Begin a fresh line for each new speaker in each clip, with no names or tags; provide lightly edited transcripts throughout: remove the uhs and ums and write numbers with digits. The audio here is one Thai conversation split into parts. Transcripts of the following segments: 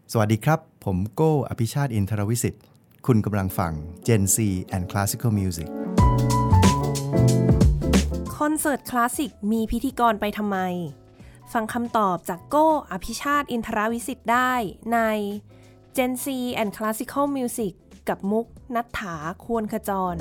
สวัสดีครับผมโก้อภิชาติอินทรวิสิทธิ์คุณกำลังฟัง Gen Z and Classical Music
คอนเสิร์ตคลาสสิกมีพิธีกรไปทำไมฟังคำตอบจากโก้อภิชาติอินทรวิสิทธิ์ได้ใน Gen Z and Classical Music กับมุกณัฐฐา ควรขจร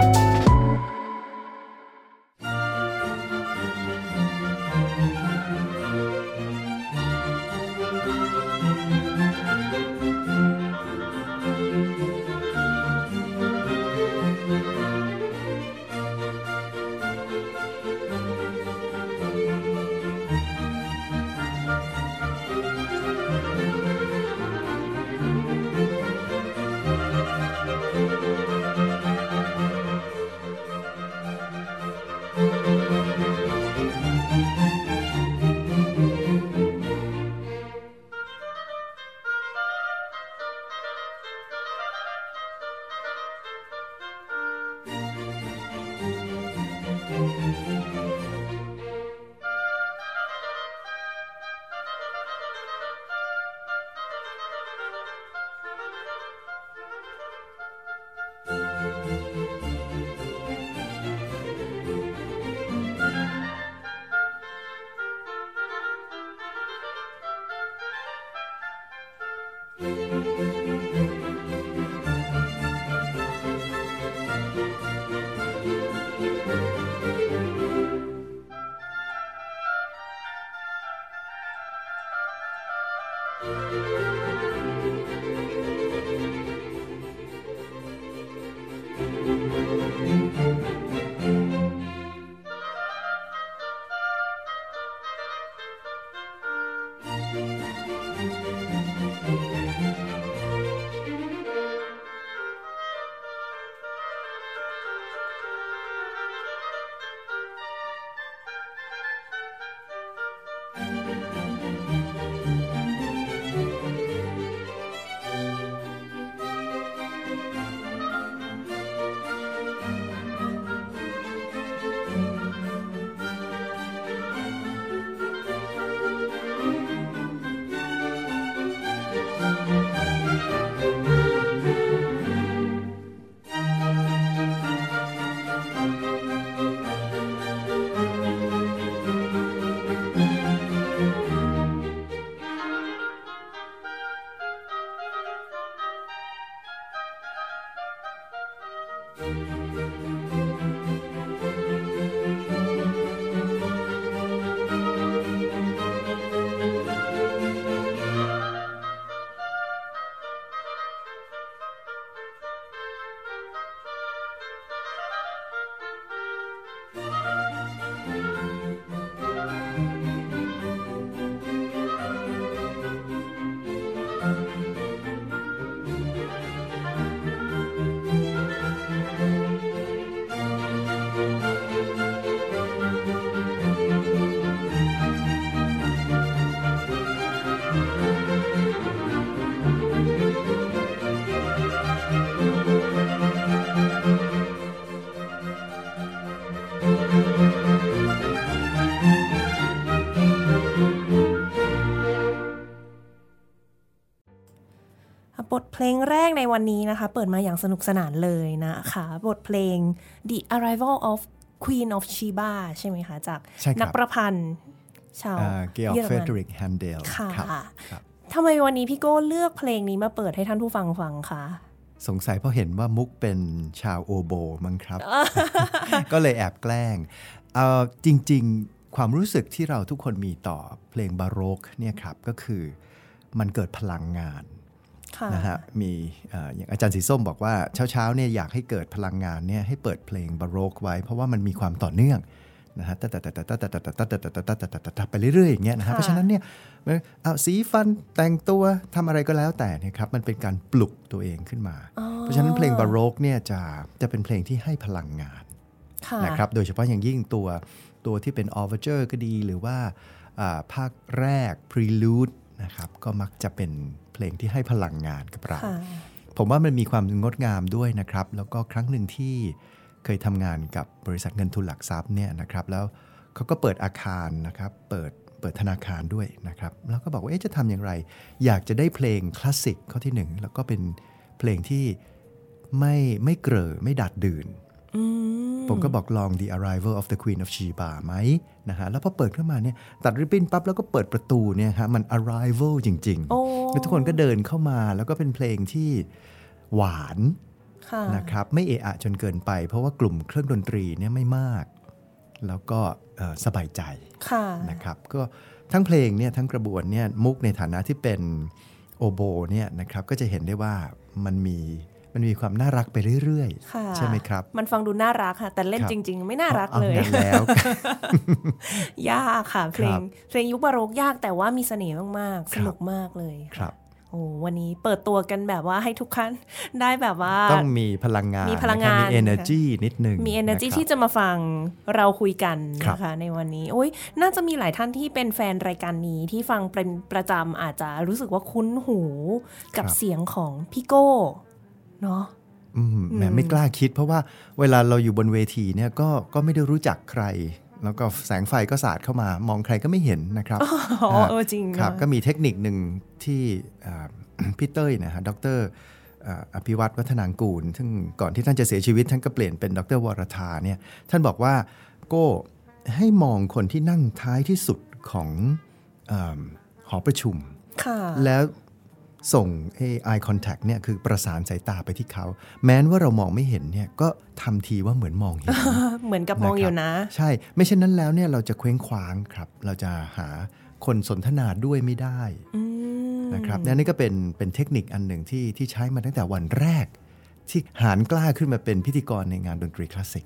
บทเพลงแรกในวันนี้นะคะเปิดมาอย่างสนุกสนานเลยนะคะบทเพลง The Arrival of Queen of Sheba ใช่ไหมคะจากนักประพันธ์ชาว
เกียร์เฟเดริกแฮนเดล
ค่ะทำไมวันนี้พี่โก้เลือกเพลงนี้มาเปิดให้ท่านผู้ฟังฟังคะ
สงสัยเพราะเห็นว่ามุกเป็นชาวโอโบมั้งครับ ก็เลยแอบแกล้งจริงๆความรู้สึกที่เราทุกคนมีต่อเพลงบาโรกเนี่ยครับก็คือมันเกิดพลังงานนะฮะมีอย่างอาจารย์สีส้มบอกว่าเช้าๆเนี่ยอยากให้เกิดพลังงานเนี่ยให้เปิดเพลงบาโรกไว้เพราะว่ามันมีความต่อเนื่องนะฮะไปเรื่อยๆอย่างเงี้ยนะฮะเพราะฉะนั้นเนี่ยเอาสีฟันแต่งตัวทำอะไรก็แล้วแต่นะครับมันเป็นการปลุกตัวเองขึ้นมาเพราะฉะนั้นเพลงบาโรกเนี่ยจะเป็นเพลงที่ให้พลังงานนะครับโดยเฉพาะอย่างยิ่งตัวที่เป็น Overture ก็ดีหรือว่าภาคแรก Prelude นะครับก็มักจะเป็นเพลงที่ให้พลังงานกับเราผมว่ามันมีความงดงามด้วยนะครับแล้วก็ครั้งหนึ่งที่เคยทำงานกับบริษัทเงินทุนหลักทรัพย์เนี่ยนะครับแล้วเขาก็เปิดอาคารนะครับเปิดเปิดธนาคารด้วยนะครับแล้วก็บอกว่าจะทำอย่างไรอยากจะได้เพลงคลาสสิกข้อที่1แล้วก็เป็นเพลงที่ไม่เกร่อไม่ดัดดื่นผมก็บอกลอง The Arrival of the Queen of Sheba ไหมนะฮะแล้วพอเปิดขึ้นมาเนี่ยตัดริบบิ้นปั๊บแล้วก็เปิดประตูเนี่ยฮะมัน Arrival จริงๆแล้วทุกคนก็เดินเข้ามาแล้วก็เป็นเพลงที่หวานนะครับไม่เอะอะจนเกินไปเพราะว่ากลุ่มเครื่องดนตรีเนี่ยไม่มากแล้วก็สบายใจนะครับก็ทั้งเพลงเนี่ยทั้งกระบวนเนี่ยมุกในฐานะที่เป็นโอโบเนี่ยนะครับก็จะเห็นได้ว่ามันมีความน่ารักไปเรื่อยๆใช่ไหมครับ
มันฟังดูน่ารักค่ะแต่เล่นจริงๆไม่น่ารักเลย
แล้ว
ยากค่ะเพลงยุคบาโรกยากแต่ว่ามีเสน่ห์มากๆสนุกมากเลย
ครับ
โอ้วันนี้เปิดตัวกันแบบว่าให้ทุกท่านได้แบบว่า
ต้องมีพลังงานมี energy นิดนึง
มี energy ที่จะมาฟังเราคุยกันนะคะในวันนี้โอ้ยน่าจะมีหลายท่านที่เป็นแฟนรายการนี้ที่ฟังเป็นประจำอาจจะรู้สึกว่าคุ้นหูกับเสียงของพี่โก้เนาะ
แหมไม่กล้าคิดเพราะว่าเวลาเราอยู่บนเวทีเนี่ยก็ไม่ได้รู้จักใครแล้วก็แสงไฟก็สาดเข้ามามองใครก็ไม่เห็นนะครับ
จริง
ครับก็มีเทคนิคหนึ่งที่พี่เต้ยนะฮะดร.อภิวัตรวัฒนางกูลซึ่งก่อนที่ท่านจะเสียชีวิตท่านก็เปลี่ยนเป็นดร.วรธาเนี่ยท่านบอกว่าโก้ให้มองคนที่นั่งท้ายที่สุดของหอประชุมแล้วส่ง eye contact เนี่ยคือประสานสายตาไปที่เขาแม้ว่าเรามองไม่เห็นเนี่ยก็ทำทีว่าเหมือนมองเห็น
เหมือนกับมองอยู่นะ
ใช่ไม่เช่นนั้นแล้วเนี่ยเราจะเคว้งคว้างครับเราจะหาคนสนทนาด้วยไม่ได้นะครับนี่ก็เป็นเทคนิคอันหนึ่งที่ใช้มาตั้งแต่วันแรกที่หาญกล้าขึ้นมาเป็นพิธีกรในงานดนตรีคลาสสิก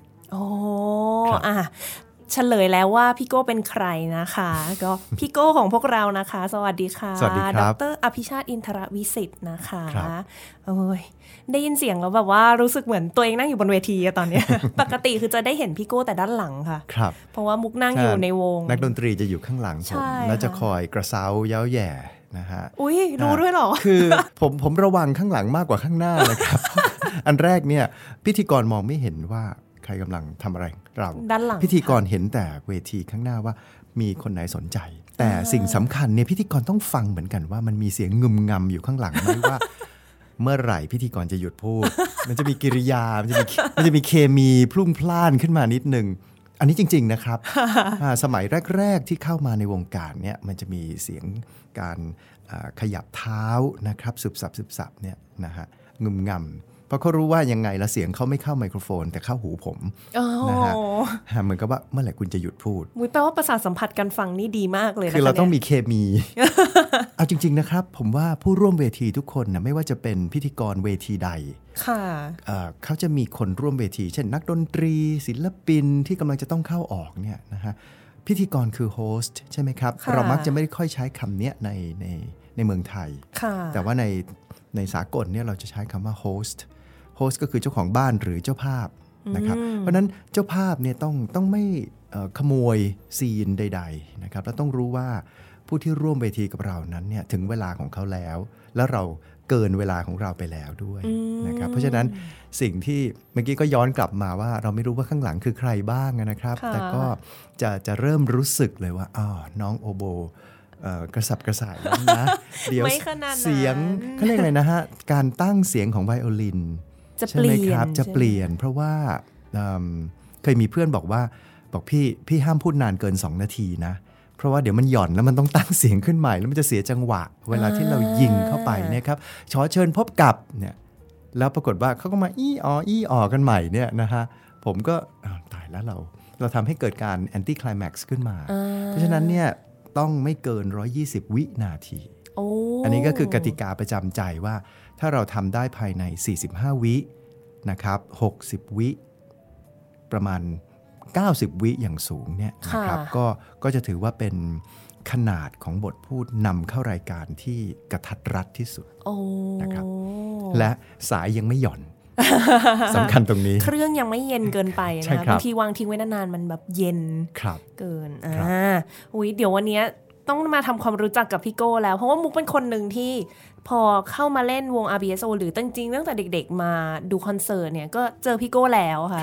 เฉลยแล้วว่าพี่โก้เป็นใครนะคะก็พี่โก้ของพวกเรานะคะสวัสดีค่ะ
สวัสดีครับ
ดร.อภิชาติอินทรวิสิทธิ์นะคะโอ้ยได้ยินเสียงแล้วแบบว่ารู้สึกเหมือนตัวเองนั่งอยู่บนเวทีตอนนี้ ปกติคือจะได้เห็นพี่โก้แต่ด้านหลังค่ะเพราะว่ามุกนั่งอยู่ในวง
นักดนตรีจะอยู่ข้างหลังผมแล้วจะคอยกระเซ้าเย้าแย่นะฮะ
อุ้ยรู้ด้วยเหรอ
คือผมระวังข้างหลังมากกว่าข้างหน้านะครับ อันแรกเนี่ยพิธีกรมองไม่เห็นว่าใครกำลังทำอะไรเรา
ด้านหลัง
พิธีกรเห็นแต่เวทีข้างหน้าว่ามีคนไหนสนใจแต่สิ่งสำคัญเนี่ยพิธีกรต้องฟังเหมือนกันว่ามันมีเสียงงึมงำอยู่ข้างหลังไหมว่าเมื่อไหร่พิธีกรจะหยุดพูด มันจะมีกิริยามันจะมีเคมีพลุ่งพล่านขึ้นมานิดนึงอันนี้จริงๆนะครับ สมัยแรกๆที่เข้ามาในวงการเนี่ยมันจะมีเสียงการขยับเท้านะครับสึบสับเนี่ยนะฮะงึมงำเพราะเขารู้ว่ายังไงละเสียงเขาไม่เข้าไมโครโฟนแต่เข้าหูผมนะฮะเหมือนกับว่าเมื่อไหร่คุณจะหยุดพูด
แปลว่าประสาทสัมผัสการฟังนี่ดีมากเลยนะ
คือเราต้องมีเคมี เอาจริงๆนะครับผมว่าผู้ร่วมเวทีทุกคนนะไม่ว่าจะเป็นพิธีกรเวทีใดเขาจะมีคนร่วมเวทีเช่นนักดนตรีศิลปินที่กำลังจะต้องเข้าออกเนี่ยนะฮะพิธีกรคือโฮสต์ใช่ไหมครับเรามักจะไม่ค่อยใช้คำนี้ในเมืองไทยแต่ว่าในสากลเนี่ยเราจะใช้คำว่าโฮสต์ก็คือเจ้าของบ้านหรือเจ้าภาพนะครับเพราะนั้นเจ้าภาพเนี่ยต้องไม่ขโมยซีนใดๆนะครับแล้วต้องรู้ว่าผู้ที่ร่วมเวทีกับเรานั้นเนี่ยถึงเวลาของเขาแล้วเราเกินเวลาของเราไปแล้วด้วยนะครับเพราะฉะนั้นสิ่งที่เมื่อกี้ก็ย้อนกลับมาว่าเราไม่รู้ว่าข้างหลังคือใครบ้างนะครับแต่ก็จะเริ่มรู้สึกเลยว่าน้องโอโบกระสับกระส่ายแล้วนะเดี๋ยวเสียงเขาเรียกอะไรนะฮะการตั้งเสียงของไวโอลินใช่ไหมครับจะเปลี่ยนเพราะว่าเคยมีเพื่อนบอกพี่ห้ามพูดนานเกิน2 นาทีนะเพราะว่าเดี๋ยวมันหย่อนแล้วมันต้องตั้งเสียงขึ้นใหม่แล้วมันจะเสียจังหวะเวลาที่เรายิงเข้าไปนะครับขอเชิญพบกับเนี่ยแล้วปรากฏว่าเขาก็มาอี้ออกันใหม่เนี่ยนะฮะผมก็ตายแล้วเราทำให้เกิดการแอนตี้ไคลแม็กซ์ขึ้นมาเพราะฉะนั้นเนี่ยต้องไม่เกิน120 วินาทีอันนี้ก็คือกติกาประจำใจว่าถ้าเราทำได้ภายใน45 วินะครับ60 วิประมาณ90 วิอย่างสูงเนี่ยนะครับก็จะถือว่าเป็นขนาดของบทพูดนำเข้ารายการที่กระทัดรัดที่สุดนะครับและสายยังไม่หย่อน สำคัญตรงนี้
เครื่องยังไม่เย็นเกินไปนะบางทีวางทิ้งไว้นานๆมันแบบเย็นเกินเดี๋ยววันนี้ต้องมาทำความรู้จักกับพี่โก้แล้วเพราะว่ามุกเป็นคนหนึ่งที่พอเข้ามาเล่นวง RBSO หรือจริงๆตั้งแต่เด็กๆมาดูคอนเสิร์ตเนี่ยก็เจอพี่โก้แล้วค่ะ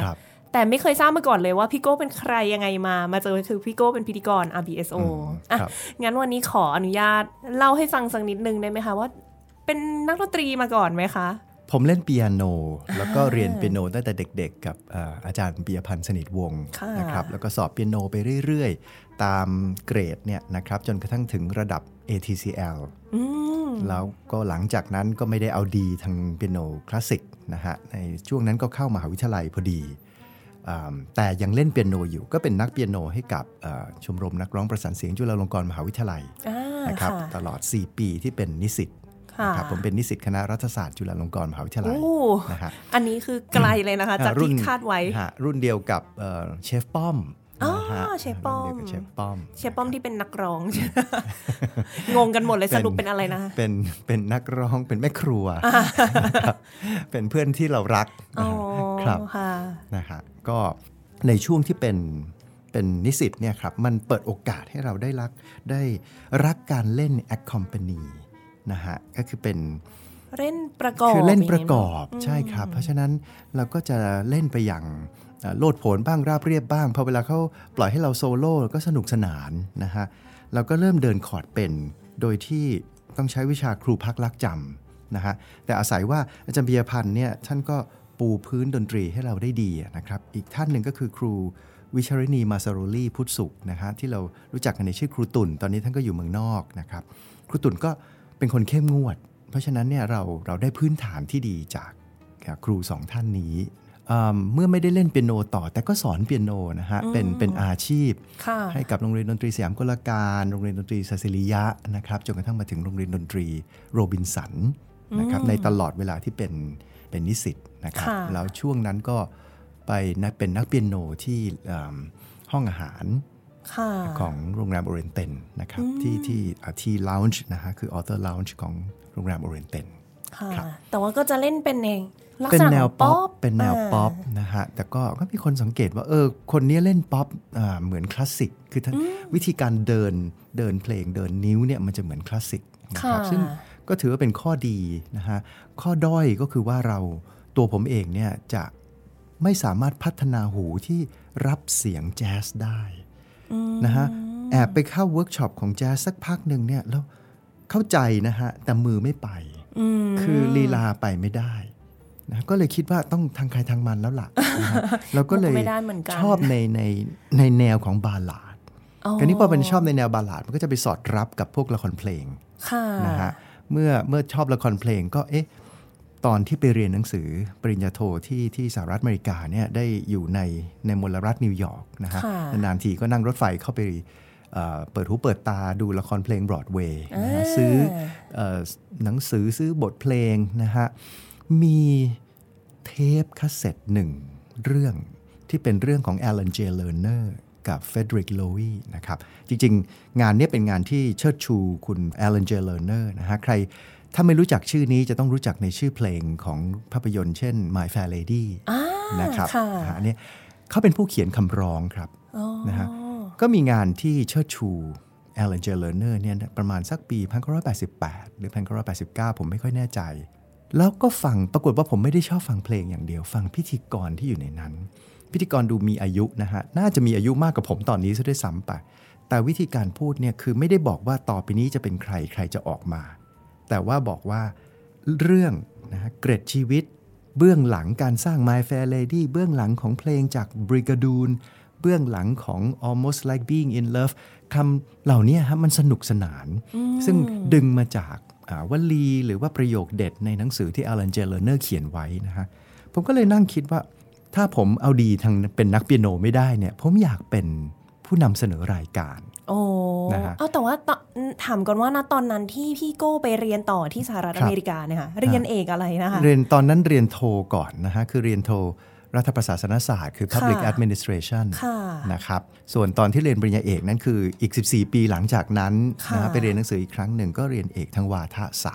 แต่ไม่เคยทราบมาก่อนเลยว่าพี่โก้เป็นใครยังไงมาเจอคือพี่โก้เป็นพิธีกร RBSO งั้นวันนี้ขออนุญาตเล่าให้ฟังสักนิดนึงได้ไหมคะว่าเป็นนักดนตรีมาก่อนไหมคะ
ผมเล่นเปียโนแล้วก็เรียนเปียโนตั้งแต่เด็กๆกับอาจารย์ปิยพันธ์สนิทวงศ์นะครับแล้วก็สอบเปียโนไปเรื่อยๆตามเกรดเนี่ยนะครับจนกระทั่งถึงระดับ ATCL แล้วก็หลังจากนั้นก็ไม่ได้เอาดีทางเปียโนคลาสสิกนะฮะในช่วงนั้นก็เข้ามหาวิทยาลัยพอดีแต่ยังเล่นเปียโนอยู่ก็เป็นนักเปียโนให้กับชมรมนักร้องประสานเสียงจุฬาลงกรณ์มหาวิทยาลัยนะครับตลอด4ปีที่เป็นนิสิตครับผมเป็นนิสิตคณะรัฐศาสตร์จุฬาลงกรณ์มหาวิทยาลัยนะฮะ
อันนี้คือไกลเลยนะคะจากที่คาดไว้
รุ่นเดียวกับเชฟป้อม
เชฟป้อม
เชฟป้อม
ที่เป็นนักร้อง งงกันหมดเลยสรุปเป็นอะไรนะ
เป็นนักร้องเป็นแม่ครัวเป็นเพื่อนที่เรารักครับนะฮะก็ในช่วงที่เป็นนิสิตเนี่ยครับมันเปิดโอกาสให้เราได้รักการเล่น accompany นะฮะก็คือเป็น
เล่นประกอบ
คือเล่นประกอบใช่ครับเพราะฉะนั้นเราก็จะเล่นไปอย่างโลดโผนบ้างราบเรียบบ้างพอเวลาเขาปล่อยให้เราโซโล่ก็สนุกสนานนะฮะเราก็เริ่มเดินคอร์ดเป็นโดยที่ต้องใช้วิชาครูพักรักจำนะฮะแต่อาศัยว่าอาจารย์ปิยพันธ์เนี่ยท่านก็ปูพื้นดนตรีให้เราได้ดีนะครับอีกท่านหนึ่งก็คือครูวิชรินีมาซาโรลีพุทธสุขนะฮะที่เรารู้จักกันในชื่อครูตุ่นตอนนี้ท่านก็อยู่เมืองนอกนะครับครูตุ่นก็เป็นคนเข้มงวดเพราะฉะนั้นเนี่ยเราได้พื้นฐานที่ดีจากครูสองท่านนี้เมื่อไม่ได้เล่นเปียโนต่อแต่ก็สอนเปียโนนะฮะเป็นอาชีพให้กับโรงเรียนดนตรีสยามกลการโรงเรียนดนตรีซาซิลิยะนะครับจนกระทั่งมาถึงโรงเรียนดนตรีโรบินสันนะครับในตลอดเวลาที่เป็นนิสิตนะครับแล้วช่วงนั้นก็ไปเป็นนักเปียโนที่ห้องอาหารของโรงแรมโอเรนเตนนะครับที่ลาวน์จ์นะฮะคือออเทอร์ลาวน์จ์ของโรงแรมโอเรนเตน
แต่ว่าก็จะเล่นเป็น
เป็นแนวป๊อปนะฮะแต่ก็มีคนสังเกตว่าคนนี้เล่นป๊อปเหมือนคลาสสิกคือวิธีการเดินเพลงเดินนิ้วเนี่ยมันจะเหมือนคลาสสิกนะครับซึ่งก็ถือว่าเป็นข้อดีนะฮะข้อด้อยก็คือว่าตัวผมเองเนี่ยจะไม่สามารถพัฒนาหูที่รับเสียงแจ๊สได้นะฮะแอบไปเข้าเวิร์กช็อปของแจ๊สสักพักหนึ่งเนี่ยแล้วเข้าใจนะฮะแต่มือไม่ไปคือลีลาไปไม่ได้นะก็เลยคิดว่าต้องทางใครทางมันแล้วล่ะนะเราก็เลยชอบในแนวของบาลาดคราวนี้พอเป็นชอบในแนวบาลาดมันก็จะไปสอดรับกับพวกละครเพลงนะฮะเมื่อชอบละครเพลงก็ตอนที่ไปเรียนหนังสือปริญญาโทที่สหรัฐอเมริกาเนี่ยได้อยู่ในมลรัฐนิวยอร์กนะฮะนานๆทีก็นั่งรถไฟเข้าไปเปิดหูเปิดตาดูละครเพลงบรอดเวย์นะฮะซื้อหนังสือซื้อบทเพลงนะฮะมีเทปคาสเซ็ตหนึ่งเรื่องที่เป็นเรื่องของ Alan J. Lerner กับ Frederick Loewy นะครับจริงๆงานนี้เป็นงานที่เชิดชูคุณ Alan J. Lerner นะฮะใครถ้าไม่รู้จักชื่อนี้จะต้องรู้จักในชื่อเพลงของภาพยนตร์เช่น My Fair Lady นะครับอันนี้เขาเป็นผู้เขียนคำร้องครับนะฮะก็มีงานที่เชิดชู Alan J. Lerner เนี่ยประมาณสักปี 1988 หรือ 1989 ผมไม่ค่อยแน่ใจแล้วก็ฟังปรากฏว่าผมไม่ได้ชอบฟังเพลงอย่างเดียวฟังพิธีกรที่อยู่ในนั้นพิธีกรดูมีอายุนะฮะน่าจะมีอายุมากกว่าผมตอนนี้ซะด้วยซ้ำไปแต่วิธีการพูดเนี่ยคือไม่ได้บอกว่าต่อไปนี้จะเป็นใครจะออกมาแต่ว่าบอกว่าเรื่องนะฮะเกร็ดชีวิตเบื้องหลังการสร้าง My Fair Lady เบื้องหลังของเพลงจาก Brigadoon เบื้องหลังของ Almost Like Being in Love คำเหล่านี้ฮะมันสนุกสนานซึ่งดึงมาจากวลีหรือว่าประโยคเด็ดในหนังสือที่ Alan J. Lerner เขียนไว้นะฮะผมก็เลยนั่งคิดว่าถ้าผมเอาดีทางเป็นนักเปียโนไม่ได้เนี่ยผมอยากเป็นผู้นำเสนอรายการนะฮะ
แต่ว่าถามก่อนว่าณตอนนั้นที่พี่โก้ไปเรียนต่อที่สหรัฐอเมริกาเนี่ยค่ะเรียนเอกอะไรนะคะ
ตอนนั้นเรียนโทก่อนนะฮะคือเรียนโทรัฐประศาสนศาสตร์คือ Public Administration นะครับส่วนตอนที่เรียนปริญญาเอกนั้นคืออีก14ปีหลังจากนั้นนะไปเรียนหนังสืออีกครั้งหนึ่งก็เรียนเอกทางวาทศาสตร์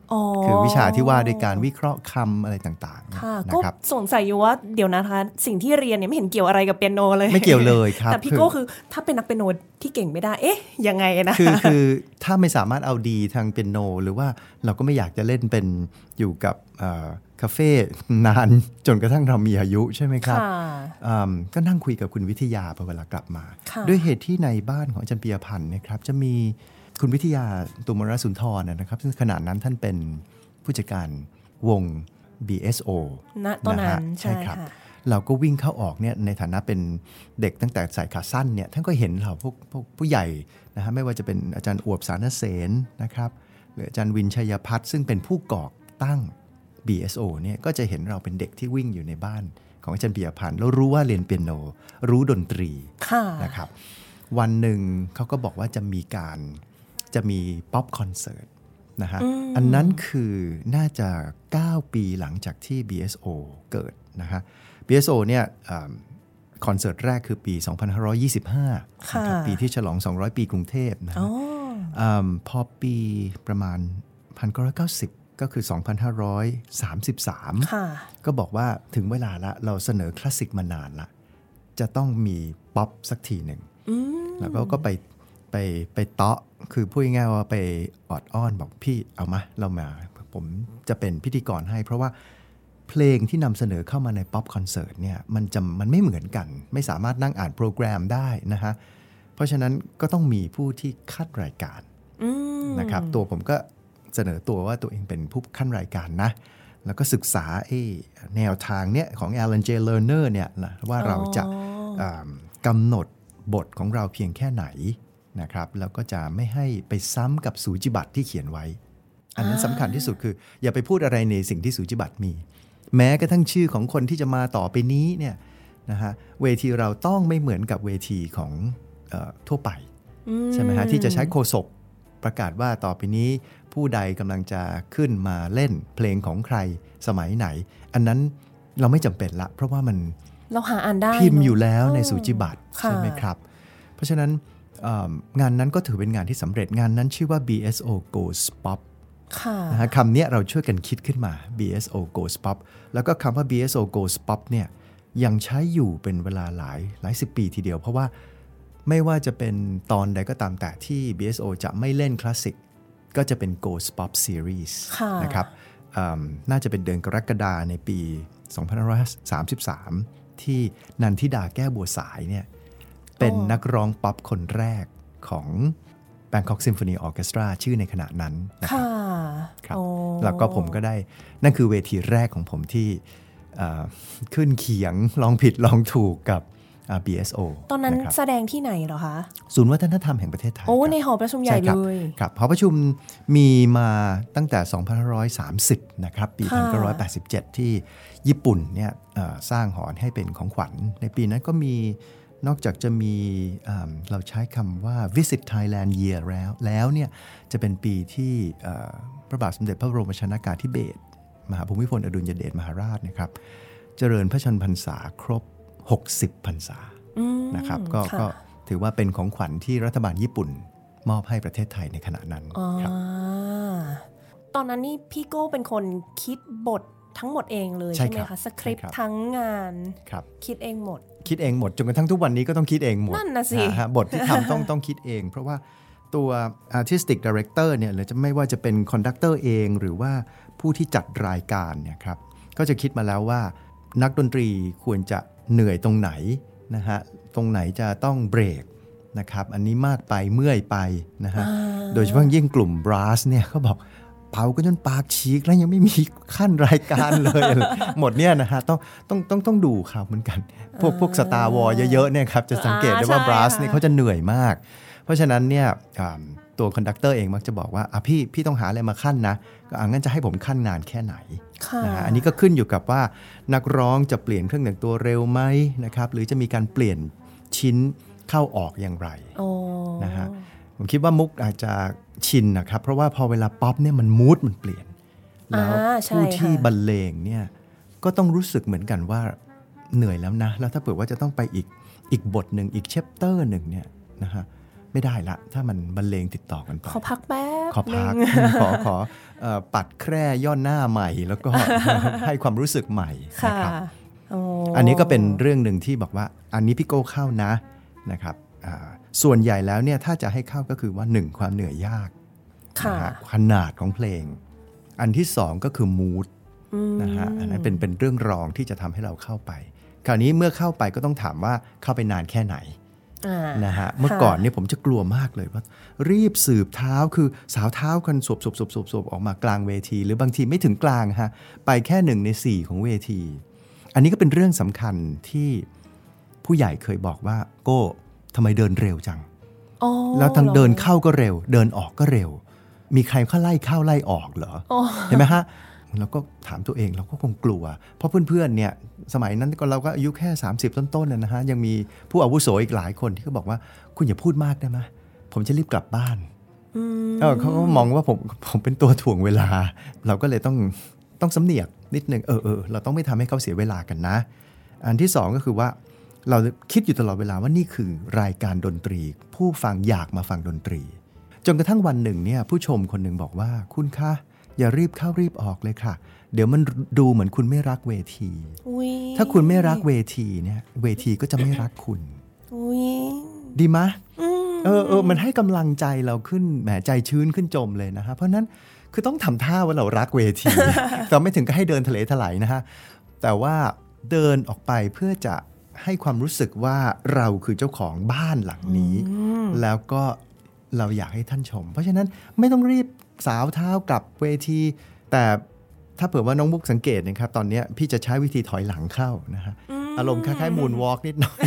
คือวิชาที่ว่าด้วยการวิเคราะห์คำอะไรต่างๆนะครับ
ก็สงสัยอยู่ว่าเดี๋ยวนะคะสิ่งที่เรียนเนี่ยไม่เห็นเกี่ยวอะไรกับเปียโนเลย
ไม่เกี่ยวเลยครับ
แต่พี่โก้คือถ้าเป็นนักเปียโนที่เก่งไม่ได้ยังไงนะ
คือถ้าไม่สามารถเอาดีทางเปียโนหรือว่าเราก็ไม่อยากจะเล่นเป็นอยู่กับคาเฟ่นานจนกระทั่งเรามีอายุใช่ไหมครับก็นั่งคุยกับคุณวิทยาพอเวลากลับมาด้วยเหตุที่ในบ้านของอาจารย์ปิยพันธ์นะครับจะมีคุณวิทยาตุมรสุนทรนะครับซึ่งขณะนั้นท่านเป็นผู้จัดการวง BSO
ณตอนนั้น
ใช่ครับเราก็วิ่งเข้าออกเนี่ยในฐานะเป็นเด็กตั้งแต่ใส่ขาสั้นเนี่ยท่านก็เห็นเราพวกผู้ใหญ่นะฮะไม่ว่าจะเป็นอาจารย์อวบสารเสนนะครับหรืออาจารย์วินชัยพัฒน์ซึ่งเป็นผู้ก่อตั้ง BSO เนี่ยก็จะเห็นเราเป็นเด็กที่วิ่งอยู่ในบ้านของอาจารย์ปิยพันธ์แล้วรู้ว่าเรียนเปียโนรู้ดนตรีนะครับวันหนึ่งเขาก็บอกว่าจะมีป๊อปคอนเสิร์ตนะฮะอันนั้นคือน่าจะ9ปีหลังจากที่ BSO เกิดนะฮะ BSO เนี่ยคอนเสิร์ตแรกคือปี2525นะครับปีที่ฉลอง200ปีกรุงเทพนะพอปีประมาณ1990ก็คือ2533ก็บอกว่าถึงเวลาละเราเสนอคลาสสิกมานานละจะต้องมีป๊อปสักทีหนึ่งแล้วก็ไปเตาะคือพูดง่ายๆว่าไปออดอ้อนบอกพี่เอามาเรามาผมจะเป็นพิธีกรให้เพราะว่าเพลงที่นำเสนอเข้ามาในป๊อปคอนเสิร์ตเนี่ยมันไม่เหมือนกันไม่สามารถนั่งอ่านโปรแกรมได้นะฮะเพราะฉะนั้นก็ต้องมีผู้ที่คัดรายการนะครับตัวผมก็เสนอตัวว่าตัวเองเป็นผู้คัดรายการนะแล้วก็ศึกษาแนวทางเนี่ยของ Alan J. Lerner เนี่ยว่าเราจะกำหนดบทของเราเพียงแค่ไหนนะครับแล้วก็จะไม่ให้ไปซ้ำกับสูจิบัตรที่เขียนไว้อันนั้นสำคัญที่สุดคืออย่าไปพูดอะไรในสิ่งที่สูจิบัตรมีแม้กระทั่งชื่อของคนที่จะมาต่อไปนี้เนี่ยนะฮะเวทีเราต้องไม่เหมือนกับเวทีของทั่วไปใช่ไหมฮะที่จะใช้โฆษกประกาศว่าต่อไปนี้ผู้ใดกำลังจะขึ้นมาเล่นเพลงของใครสมัยไหนอันนั้นเราไม่จำเป็นละเพราะว่ามัน
เราหาอ่านได้
พิมพ์อยู่แล้วในสูจิบัตรใช่ไหมครับเพราะฉะนั้นงานนั้นก็ถือเป็นงานที่สำเร็จงานนั้นชื่อว่า BSO Goes Pop นะฮะคำนี้เราช่วยกันคิดขึ้นมา BSO Goes Pop แล้วก็คำว่า BSO Goes Pop เนี่ยยังใช้อยู่เป็นเวลาหลายสิบปีทีเดียวเพราะว่าไม่ว่าจะเป็นตอนใดก็ตามแต่ที่ BSO จะไม่เล่นคลาสสิกก็จะเป็น Goes Pop Series นะครับน่าจะเป็นเดือนกรกฎาคมในปี2533ที่นันทิดาแก้วบัวสายเนี่ยเป็นนักร้องป๊อปคนแรกของ Bangkok Symphony Orchestra ชื่อในขณะนั้นนะครับแล้วก็ผมก็ได้นั่นคือเวทีแรกของผมที่ขึ้นเขียงลองผิดลองถูกกับ BSO
ตอนนั้นแสดงที่ไหนเหรอคะ
ศูนย์วัฒนธรรมแห่งประเทศไทย
ในหอประชุมใหญ่เลย
ครับหอประชุมมีมาตั้งแต่2530นะครับปี1987ที่ญี่ปุ่นเนี่ยสร้างหอให้เป็นของขวัญในปีนั้นก็มีนอกจากจะมีเราใช้คำว่า Visit Thailand Year แล้วเนี่ยจะเป็นปีที่พระบาทสมเด็จพระบรมชนกาธิเบศรมหาภูมิพลอดุลยเดชมหาราชนะครับเจริญพระชนมพรรษาครบ60 พรรษานะครับก็ถือว่าเป็นของขวัญที่รัฐบาลญี่ปุ่นมอบให้ประเทศไทยในขณะนั้นครับ
ตอนนั้นนี่พี่โก้เป็นคนคิดบททั้งหมดเองเลยใช่ไหมคะสคริปต์ทั้งงานคิดเองหมด
จนกระทั่งทุกวันนี้ก็ต้องคิดเองหมด
นั่นนะสิ
บทที่ทำต้องคิดเองเพราะว่าตัว artistic director เนี่ยหรือจะไม่ว่าจะเป็น conductor เองหรือว่าผู้ที่จัดรายการเนี่ยครับก็จะคิดมาแล้วว่านักดนตรีควรจะเหนื่อยตรงไหนนะฮะตรงไหนจะต้องเบรกนะครับอันนี้มากไปเมื่อยไปนะฮะโดยเฉพาะยิ่งกลุ่ม brass เนี่ยเขาบอกเผากันจนปากฉีกแล้วยังไม่มีขั้นรายการเลยหมดเนี่ยนะฮะต้องดูข่าวเหมือนกันพวก Star Wars เยอะๆเนี่ยครับจะสังเกตได้ว่า brass เนี่ยเขาจะเหนื่อยมากเพราะฉะนั้นเนี่ยตัวคอนดักเตอร์เองมักจะบอกว่าพี่ต้องหาอะไรมาขั้นนะก็งั้นจะให้ผมขั้นนานแค่ไหนนะฮะอันนี้ก็ขึ้นอยู่กับว่านักร้องจะเปลี่ยนเครื่องแต่งตัวเร็วไหมนะครับหรือจะมีการเปลี่ยนชิ้นเข้าออกอย่างไรนะฮะผมคิดว่ามุกอาจจะชินนะครับเพราะว่าพอเวลาป๊อปเนี่ยมันมูดมันเปลี่ยนแล้วผู้ที่บรรเลงเนี่ยก็ต้องรู้สึกเหมือนกันว่าเหนื่อยแล้วนะแล้วถ้าเผื่อว่าจะต้องไปอีกบทหนึ่งอีกเชปเตอร์หนึ่งเนี่ยนะฮะไม่ได้ละถ้ามันบรรเลงติดต่อกันไป
ขอพักแป๊บ
ขอพักขอปัดแคร่ย่อนหน้าใหม่แล้วก็ ให้ความรู้สึกใหม่นะครับอันนี้ก็เป็นเรื่องหนึ่งที่บอกว่าอันนี้พี่โก้เข้านะครับส่วนใหญ่แล้วเนี่ยถ้าจะให้เข้าก็คือว่า1ความเหนื่อยยากขนาดของเพลงอันที่2ก็คือมูดนะฮะอันนั้นเป็นเรื่องรองที่จะทำให้เราเข้าไปคราวนี้เมื่อเข้าไปก็ต้องถามว่าเข้าไปนานแค่ไหนนะฮะเมื่อก่อนเนี่ยผมจะกลัวมากเลยว่ารีบสืบเท้าคือสาวเท้ากันสวบออกมากลางเวทีหรือบางทีไม่ถึงกลางฮะไปแค่1 ใน 4ของเวทีอันนี้ก็เป็นเรื่องสำคัญที่ผู้ใหญ่เคยบอกว่าโก้ทำไมเดินเร็วจังแล้วทั้งเดินเข้าก็เร็วเดินออกก็เร็วมีใครเข้าไล่ออกเหรอเห็นไหมฮะเราก็ถามตัวเองเราก็คงกลัวเพราะเพื่อนๆเนี่ยสมัยนั้นเราก็อายุแค่30ต้นๆนะฮะยังมีผู้อาวุโสอีกหลายคนที่เขาบอกว่าคุณอย่าพูดมากได้ไหมผมจะรีบกลับบ้านเขาก็มองว่าผมเป็นตัวถ่วงเวลาเราก็เลยต้องสำเนียกนิดนึงเราต้องไม่ทำให้เขาเสียเวลากันนะอันที่2ก็คือว่าเราคิดอยู่ตลอดเวลาว่านี่คือรายการดนตรีผู้ฟังอยากมาฟังดนตรีจนกระทั่งวันหนึ่งเนี่ยผู้ชมคนหนึ่งบอกว่าคุณคะอย่ารีบเข้ารีบออกเลยค่ะเดี๋ยวมันดูเหมือนคุณไม่รักเวทีถ้าคุณไม่รักเวทีเนี่ยเวทีก็จะไม่รักคุณดีไหมมันให้กำลังใจเราขึ้นแหมใจชื้นขึ้นจมเลยนะฮะเพราะนั้นคือต้องทำท่าว่าเรารักเวที แต่ไม่ถึงก็ให้เดินทะเลถลายนะฮะแต่ว่าเดินออกไปเพื่อจะให้ความรู้สึกว่าเราคือเจ้าของบ้านหลังนี้แล้วก็เราอยากให้ท่านชมเพราะฉะนั้นไม่ต้องรีบสาวเท้ากลับเวทีแต่ถ้าเผื่อว่าน้องมุกสังเกตนะครับตอนนี้พี่จะใช้วิธีถอยหลังเข้านะฮะอารมณ์คล้ายๆมูนวอล์กนิดหน่อย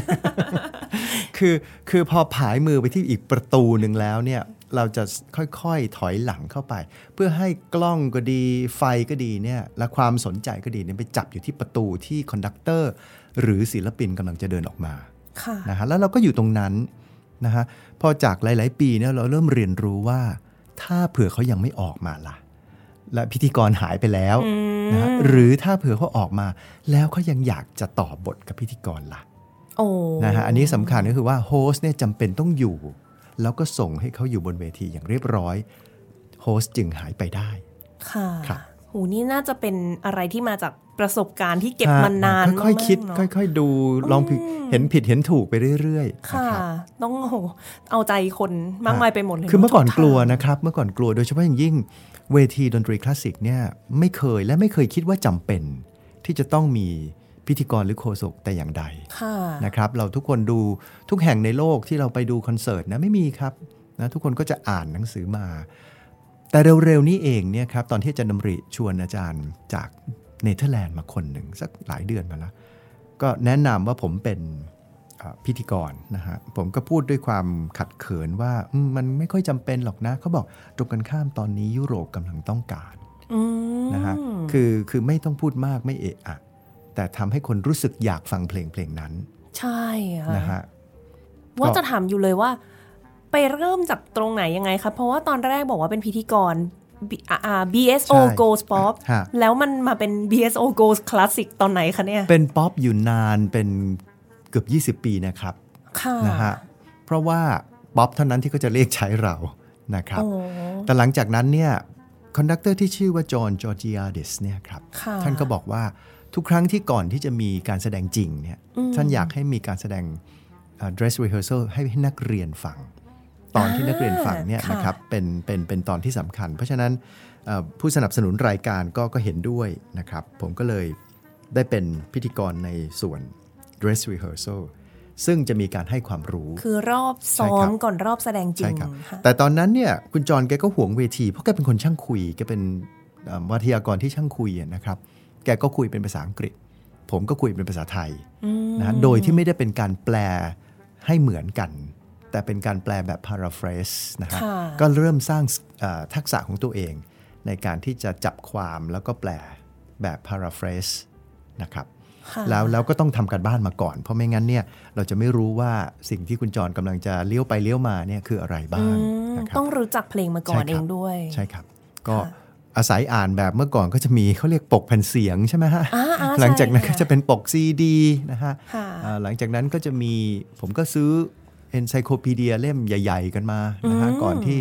คือพอผายมือไปที่อีกประตูหนึ่งแล้วเนี่ยเราจะค่อยๆถอยหลังเข้าไปเพื่อให้กล้องก็ดีไฟก็ดีเนี่ยและความสนใจก็ดีเนี่ยไปจับอยู่ที่ประตูที่คอนดักเตอร์หรือศิลปินกำลังจะเดินออกมานะฮะแล้วเราก็อยู่ตรงนั้นนะฮะพอจากหลายๆปีเนี่ยเราเริ่มเรียนรู้ว่าถ้าเผื่อเขายังไม่ออกมาล่ะและพิธีกรหายไปแล้วนะฮะหรือถ้าเผื่อเขาออกมาแล้วเขายังอยากจะต่อบทกับพิธีกรล่ะนะฮะอันนี้สำคัญก็คือว่าโฮสต์เนี่ยจำเป็นต้องอยู่แล้วก็ส่งให้เขาอยู่บนเวทีอย่างเรียบร้อยโฮสต์จึงหายไปได้
ค่ะหูนี่น่าจะเป็นอะไรที่มาจากประสบการณ์ที่เก็บมานาน
ค่อยๆคิดค่อยๆดูลองเห็นผิดเห็นถูกไปเรื่อย
ๆค่ะต้องเอาใจคนมากมายไปหมดเลย
คือเมื่อก่อนกลัวนะครับเมื่อก่อนกลัวโดยเฉพาะอย่างยิ่งเวทีดนตรีคลาสสิกเนี่ยไม่เคยคิดว่าจำเป็นที่จะต้องมีพิธีกรหรือโฆษกแต่อย่างใดนะครับเราทุกคนดูทุกแห่งในโลกที่เราไปดูคอนเสิร์ตนะไม่มีครับนะทุกคนก็จะอ่านหนังสือมาแต่เร็วๆนี้เองเนี่ยครับตอนที่อาจารย์ดำริชวนอาจารย์จากเนเธอร์แลนด์มาคนหนึ่งสักหลายเดือนมาแล้วก็แนะนำว่าผมเป็นพิธีกรนะฮะผมก็พูดด้วยความขัดเขินว่ามันไม่ค่อยจำเป็นหรอกนะเขาบอกตรงกันข้ามตอนนี้ยุโรปกำลังต้องการนะฮะคือไม่ต้องพูดมากไม่เอะอะแต่ทำให้คนรู้สึกอยากฟังเพลงนั้น
ใช่ค่ะ
นะฮะ
ว่าจะถามอยู่เลยว่าไปเริ่มจากตรงไหนยังไงครับเพราะว่าตอนแรกบอกว่าเป็นพิธีกรBSO Goes Pop แล้วมันมาเป็น BSO Goes Classic ตอนไหนคะเนี่ย
เป็นป๊อปอยู่นานเป็นเกือบ20 ปีนะครับนะฮะเพราะว่าป๊อปเท่านั้นที่เขาจะเรียกใช้เรานะครับแต่หลังจากนั้นเนี่ยคอนดักเตอร์ที่ชื่อว่าจอห์นจอร์จิอาดิสเนี่ยครับท่านก็บอกว่าทุกครั้งที่ก่อนที่จะมีการแสดงจริงเนี่ยท่านอยากให้มีการแสดงdress rehearsal ให้นักเรียนฟังตอนที่นักเรียนฟังเนี่ยนะครับเป็นตอนที่สำคัญเพราะฉะนั้นผู้สนับสนุนรายการก็เห็นด้วยนะครับผมก็เลยได้เป็นพิธีกรในส่วน dress rehearsal ซึ่งจะมีการให้ความรู้
คือรอบซ้อมก่อนรอบแสดงจริง
แต่ตอนนั้นเนี่ยคุณจอห์นแกก็หวงเวทีเพราะแกเป็นคนช่างคุยแกเป็นวิทยากรที่ช่างคุยนะครับแกก็คุยเป็นภาษาอังกฤษผมก็คุยเป็นภาษาไทยนะโดยที่ไม่ได้เป็นการแปลให้เหมือนกันแต่เป็นการแปลแบบ paraphrase นะฮะก็เริ่มสร้างทักษะของตัวเองในการที่จะจับความแล้วก็แปลแบบ paraphrase นะครับแล้วก็ต้องทำการบ้านมาก่อนเพราะไม่งั้นเนี่ยเราจะไม่รู้ว่าสิ่งที่คุณจรกำลังจะเลี้ยวไปเลี้ยวมาเนี่ยคืออะไรบ้างนะครับ
ต้องรู้จักเพลงมาก่อนเองด้วย
ใช่ครับก็อาศัยอ่านแบบเมื่อก่อนก็จะมีเขาเรียกปกแผ่นเสียงใช่ไหมฮะหลังจากนั้นก็จะเป็นปกซีดีนะฮะหลังจากนั้นก็จะมีผมก็ซื้อencyclopedia เล่มใหญ่ๆกันมานะฮะก่อน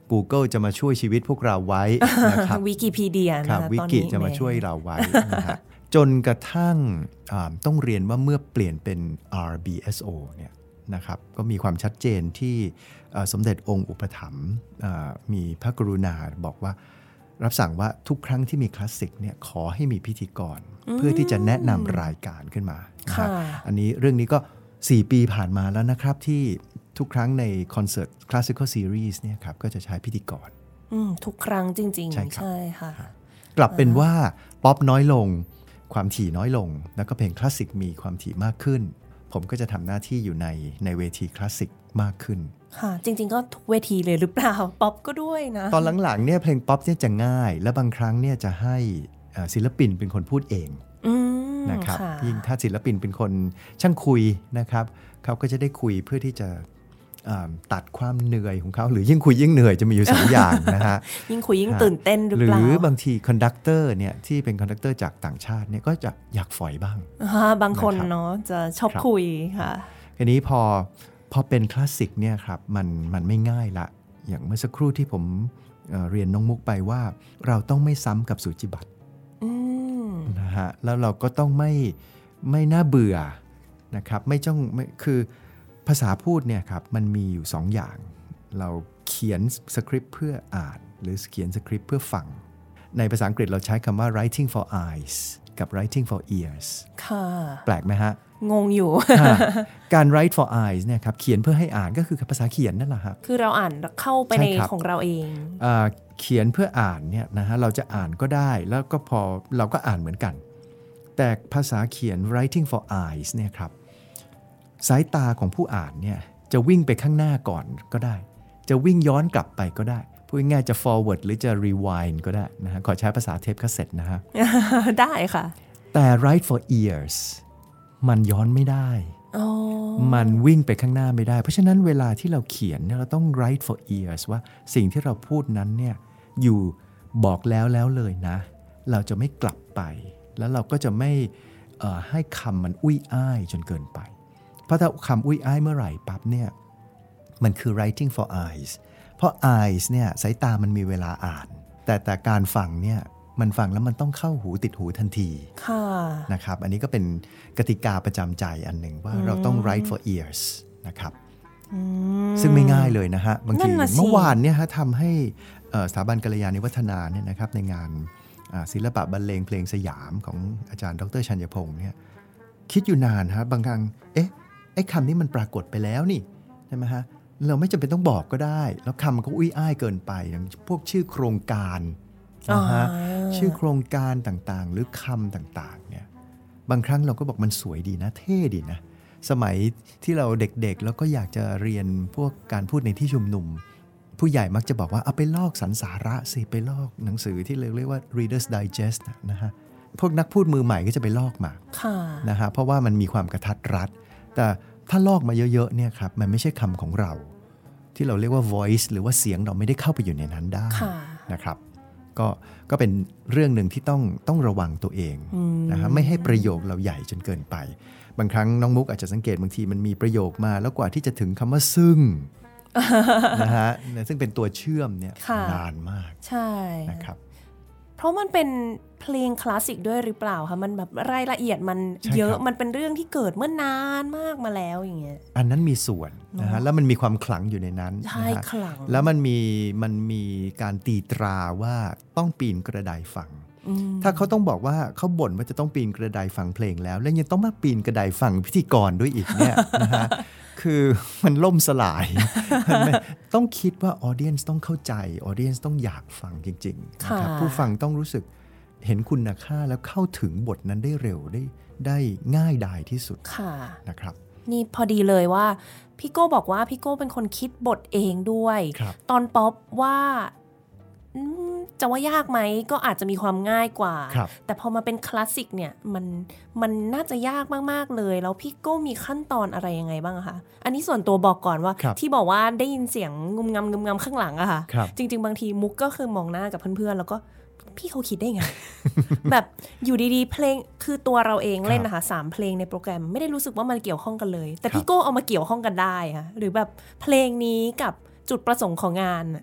Google จะมาช่วยชีวิตพวกเราไว้นะครับ
Wikipedia
ครับ
นะ
วิ
ตอน
กิ
นี้
จะมาช่วยเราไว้นะฮะจนกระทั่งต้องเรียนว่าเมื่อเปลี่ยนเป็น RBSO เนี่ยนะครับก็มีความชัดเจนที่สมเด็จองค์อุปถัมภ์มีพระกรุณาบอกว่ารับสั่งว่าทุกครั้งที่มีคลาสสิกเนี่ยขอให้มีพิธีกรเพื่อที่จะแนะนำรายการขึ้นมานะฮะอันนี้เรื่องนี้ก็4 ปีผ่านมาแล้วนะครับที่ทุกครั้งในคอนเสิร์ต Classical Series เนี่ยครับก็จะใช้พิธีกร
ทุกครั้งจริงๆ
ใช่
ค่ะ
กลับเป็นว่าป๊อปน้อยลงความถี่น้อยลงแล้วก็เพลงคลาสสิกมีความถี่มากขึ้นผมก็จะทำหน้าที่อยู่ในเวทีคลาสสิกมากขึ้น
ค่ะจริงๆก็ทุกเวทีเลยหรือเปล่าป๊อปก็ด้วยนะ
ตอนหลังๆเนี่ยเพลงป๊อปเนี่ยจะง่ายและบางครั้งเนี่ยจะให้ศิลปินเป็นคนพูดเองนะครับยิ่งถ้าศิลปินเป็นคนช่างคุยนะครับเขาก็จะได้คุยเพื่อที่จะตัดความเหนื่อยของเขาหรือยิ่งคุยยิ่งเหนื่อยจะมีอยู่2 อย่างนะฮะ
ยิ่งคุยยิ่งตื่นเต้นหรือเปล่า
หรือบางทีคอนดักเตอร์เนี่ยที่เป็นคอนดักเตอร์จากต่างชาติเนี่ยก็จะอยากฝอยบ้าง
บางคนเนาะจะชอบคุยค่ะ
ทีนี้พอเป็นคลาสสิกเนี่ยครับมันไม่ง่ายละอย่างเมื่อสักครู่ที่ผมเรียนน้องมุกไปว่าเราต้องไม่ซ้ำกับสูจิบัตรนะฮะแล้วเราก็ต้องไม่น่าเบื่อนะครับไม่คือภาษาพูดเนี่ยครับมันมีอยู่2 อย่างเราเขียนสคริปต์เพื่ออ่านหรือเขียนสคริปต์เพื่อฟังในภาษาอังกฤษเราใช้คำว่า writing for eyes กับ writing for ears
ค่ะ
แปลกไหมฮะ
งงอยู่
การ write for eyes เนี่ยครับเขียนเพื่อให้อ่านก็คือภาษาเขียนนั่นแหละครับ
คือเราอ่านเข้าไปในของเราเอง
เขียนเพื่ออ่านเนี่ยนะฮะเราจะอ่านก็ได้แล้วก็พอเราก็อ่านเหมือนกันแต่ภาษาเขียน writing for eyes เนี่ยครับสายตาของผู้อ่านเนี่ยจะวิ่งไปข้างหน้าก่อนก็ได้จะวิ่งย้อนกลับไปก็ได้พูดง่ายๆจะ forward หรือจะ rewind ก็ได้นะฮะขอใช้ภาษาเทปคาสเซ็ตนะฮะ
ได้ค่ะ
แต่ write for ears มันย้อนไม่ได้มันวิ่งไปข้างหน้าไม่ได้เพราะฉะนั้นเวลาที่เราเขียนเนี่ยเราต้อง write for ears ว่าสิ่งที่เราพูดนั้นเนี่ยอยู่บอกแล้วเลยนะเราจะไม่กลับไปแล้วเราก็จะไม่ให้คำมันอุ้ยอ้ายจนเกินไปเพราะถ้าคำอุ้ยอ้ายเมื่อไหร่ปั๊บเนี่ยมันคือ writing for eyes เพราะ eyes เนี่ยสายตามันมีเวลาอ่านแต่การฟังเนี่ยมันฟังแล้วมันต้องเข้าหูติดหูทันทีนะครับอันนี้ก็เป็นกติกาประจำใจอันหนึ่งว่าเราต้อง write for ears นะครับซึ่งไม่ง่ายเลยนะฮะบางทีเมื่อวานเนี่ยฮะทำให้สถาบันกัลยาณิวัฒนาเนี่ยนะครับในงานศิลปะบรรเลงเพลงสยามของอาจารย์ดรชัญพงศ์เนี่ยคิดอยู่นานฮะบางครั้งไอ้คำนี้มันปรากฏไปแล้วนี่ใช่ไหมฮะเราไม่จำเป็นต้องบอกก็ได้แล้วคำมันก็อุ้ยอ้ายเกินไปอย่างพวกชื่อโครงการนะฮะชื่อโครงการต่างๆหรือคำต่างๆเนี่ยบางครั้งเราก็บอกมันสวยดีนะเท่ดีนะสมัยที่เราเด็กๆแล้วก็อยากจะเรียนพวกการพูดในที่ชุมนุมผู้ใหญ่มักจะบอกว่าเอาไปลอกสรรสาระสิไปลอกหนังสือที่เรียกว่า Reader's Digest นะฮะพวกนักพูดมือใหม่ก็จะไปลอกมานะฮะเพราะว่ามันมีความกระทัดรัดแต่ถ้าลอกมาเยอะๆเนี่ยครับมันไม่ใช่คำของเราที่เราเรียกว่า voice หรือว่าเสียงเราไม่ได้เข้าไปอยู่ในนั้นได้นะครับก็เป็นเรื่องหนึ่งที่ต้องระวังตัวเองนะฮะไม่ให้ประโยคเราใหญ่จนเกินไปบางครั้งน้องมุกอาจจะสังเกตบางทีมันมีประโยคมาแล้วกว่าที่จะถึงคำว่าซึ่ง นะฮะซึ่งเป็นตัวเชื่อมเนี่ยนานมาก
ใช่
นะครับ
เพราะมันเป็นเพลงคลาสสิกด้วยหรือเปล่าคะมันแบบรายละเอียดมันเยอะมันเป็นเรื่องที่เกิดเมื่อนานมากมาแล้วอย่างเงี้ย
อันนั้นมีส่วนนะฮะแล้วมันมีความขลังอยู่ในนั้น
ใช่ขลัง
แล้วมันมีการตีตราว่าต้องปีนกระไดฟังถ้าเขาต้องบอกว่าเขาบ่นว่าจะต้องปีนกระไดฟังเพลงแล้วยังต้องมาปีนกระไดฟังพิธีกรด้วยอีกเนี่ยนะฮะคือมันล่มสลายต้องคิดว่าออเดียนซ์ต้องเข้าใจออเดียนซ์ต้องอยากฟังจริงๆนะครับผู้ฟังต้องรู้สึกเห็นคุณค่าแล้วเข้าถึงบทนั้นได้เร็วได้ง่ายดายที่สุดนะครับ
นี่พอดีเลยว่าพี่โก้บอกว่าพี่โก้เป็นคนคิดบทเองด้วยตอนป๊อปว่าจะว่ายากไหมก็อาจจะมีความง่ายกว่าแต่พอมาเป็นคลาสสิกเนี่ยมันน่าจะยากมากๆเลยแล้วพี่โก้มีขั้นตอนอะไรยังไงบ้างคะอันนี้ส่วนตัวบอกก่อนว่าที่บอกว่าได้ยินเสียงงุมงำข้างหลังอะค่ะจริงๆบางทีมุกก็คือมองหน้ากับเพื่อนๆแล้วก็พี่เขาคิดได้ไง แบบอยู่ดีๆเพลงคือตัวเราเองเล่นนะคะ3เพลงในโปรแกรมไม่ได้รู้สึกว่ามันเกี่ยวข้องกันเลยแต่พี่โก้เอามาเกี่ยวข้องกันได้ค่ะหรือแบบเพลงนี้กับจุดประสงค์ของงาน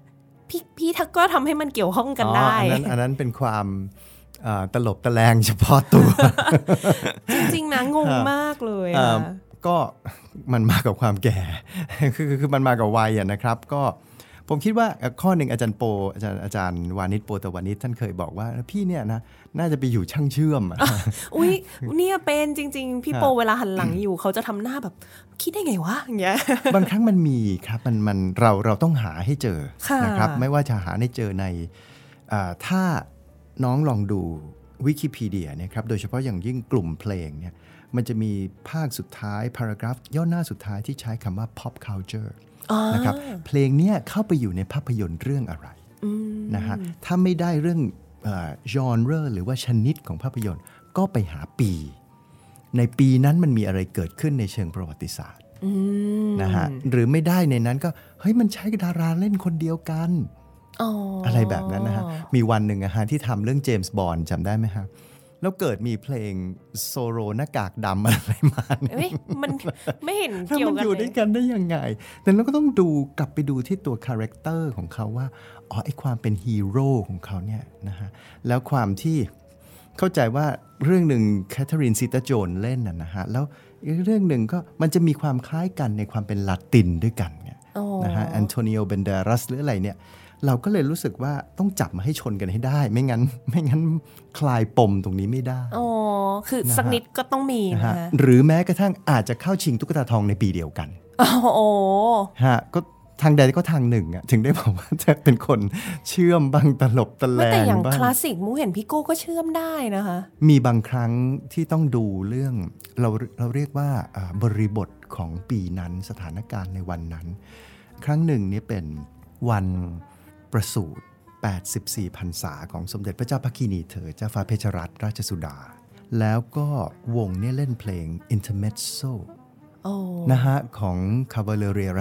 พี่ทักก็ทำให้มันเกี่ยวข้องกันได้
อันนั้นเป็นความตลบตะแลงเฉพาะตัว
จริงๆนะงงมากเลย
ก็มันมากับความแก่ คือมันมากับวัยนะครับก็ผมคิดว่าข้อหนึ่งอาจารย์วานิชโปตวานิชท่านเคยบอกว่าพี่เนี่ยนะน่าจะไปอยู่ช่างเชื่อม
อุ้ยเนี่ยเป็นจริงๆพี่โปเวลาหันหลังอยู่เขาจะทำหน้าแบบคิดได้ไงวะอย่างเงี้ย
บางครั้งมันมีครับมันเราต้องหาให้เจอนะครับไม่ว่าจะหาให้เจอในถ้าน้องลองดูวิกิพีเดียเนี่ยครับโดยเฉพาะอย่างยิ่งกลุ่มเพลงเนี่ยมันจะมีภาคสุดท้ายพารากราฟย่อหน้าสุดท้ายที่ใช้คำว่า pop culture นะครับเพลงนี้เข้าไปอยู่ในภาพยนตร์เรื่องอะไรนะฮะถ้าไม่ได้เรื่องgenre หรือว่าชนิดของภาพยนตร์ก็ไปหาปีในปีนั้นมันมีอะไรเกิดขึ้นในเชิงประวัติศาสตร์นะฮะหรือไม่ได้ในนั้นก็เฮ้ยมันใช้ดาราเล่นคนเดียวกันอะไรแบบนั้นนะฮะมีวันหนึ่งที่ทำเรื่องเจมส์บอนด์จำได้ไหมครับแล้วเกิดมีเพลงโซโลหน้ากากดำอะไรมาเนี่ย
มันไม่เห็นเกี่ยวกันเลย
มันอยู่ด้วยกันได้ยังไงแต่เราก็ต้องดูกลับไปดูที่ตัวคาแรคเตอร์ของเขาว่าไอ้ความเป็นฮีโร่ของเขาเนี่ยนะฮะแล้วความที่เข้าใจว่าเรื่องหนึ่งแคทเธอรีนซีตาโจนเล่นนะฮะแล้วอีกเรื่องหนึ่งก็มันจะมีความคล้ายกันในความเป็นลาตินด้วยกันเนี่ยนะฮะแอนโทนิโอเบนเดรัสหรืออะไรเนี่ยเราก็เลยรู้สึกว่าต้องจับมาให้ชนกันให้ได้ไม่งั้นคลายปมตรงนี้ไม่ได้
คือสักนิดก็ต้องมีนะ
หรือแม้กระทั่งอาจจะเข้าชิงตุ๊กตาทองในปีเดียวกันก็ทางใดก็ทางหนึ่งถึงได้บอกว่าจะเป็นคนเชื่อมบางตลบตะแลงบ้าง
แต่อย่างคลาสสิกมูเห็นพี่โก้ก็เชื่อมได้นะคะ
มีบางครั้งที่ต้องดูเรื่องเราเรียกว่าบริบทของปีนั้นสถานการณ์ในวันนั้นครั้งหนึ่งนี่เป็นวันประสูติ84 พรรษาของสมเด็จพระเจ้าพระคีนีเธอเจ้าฟ้าเพชรรัตนราชสุดาแล้วก็วงเนี่ยเล่นเพลง Intermezzo นะฮะของ Cavalleria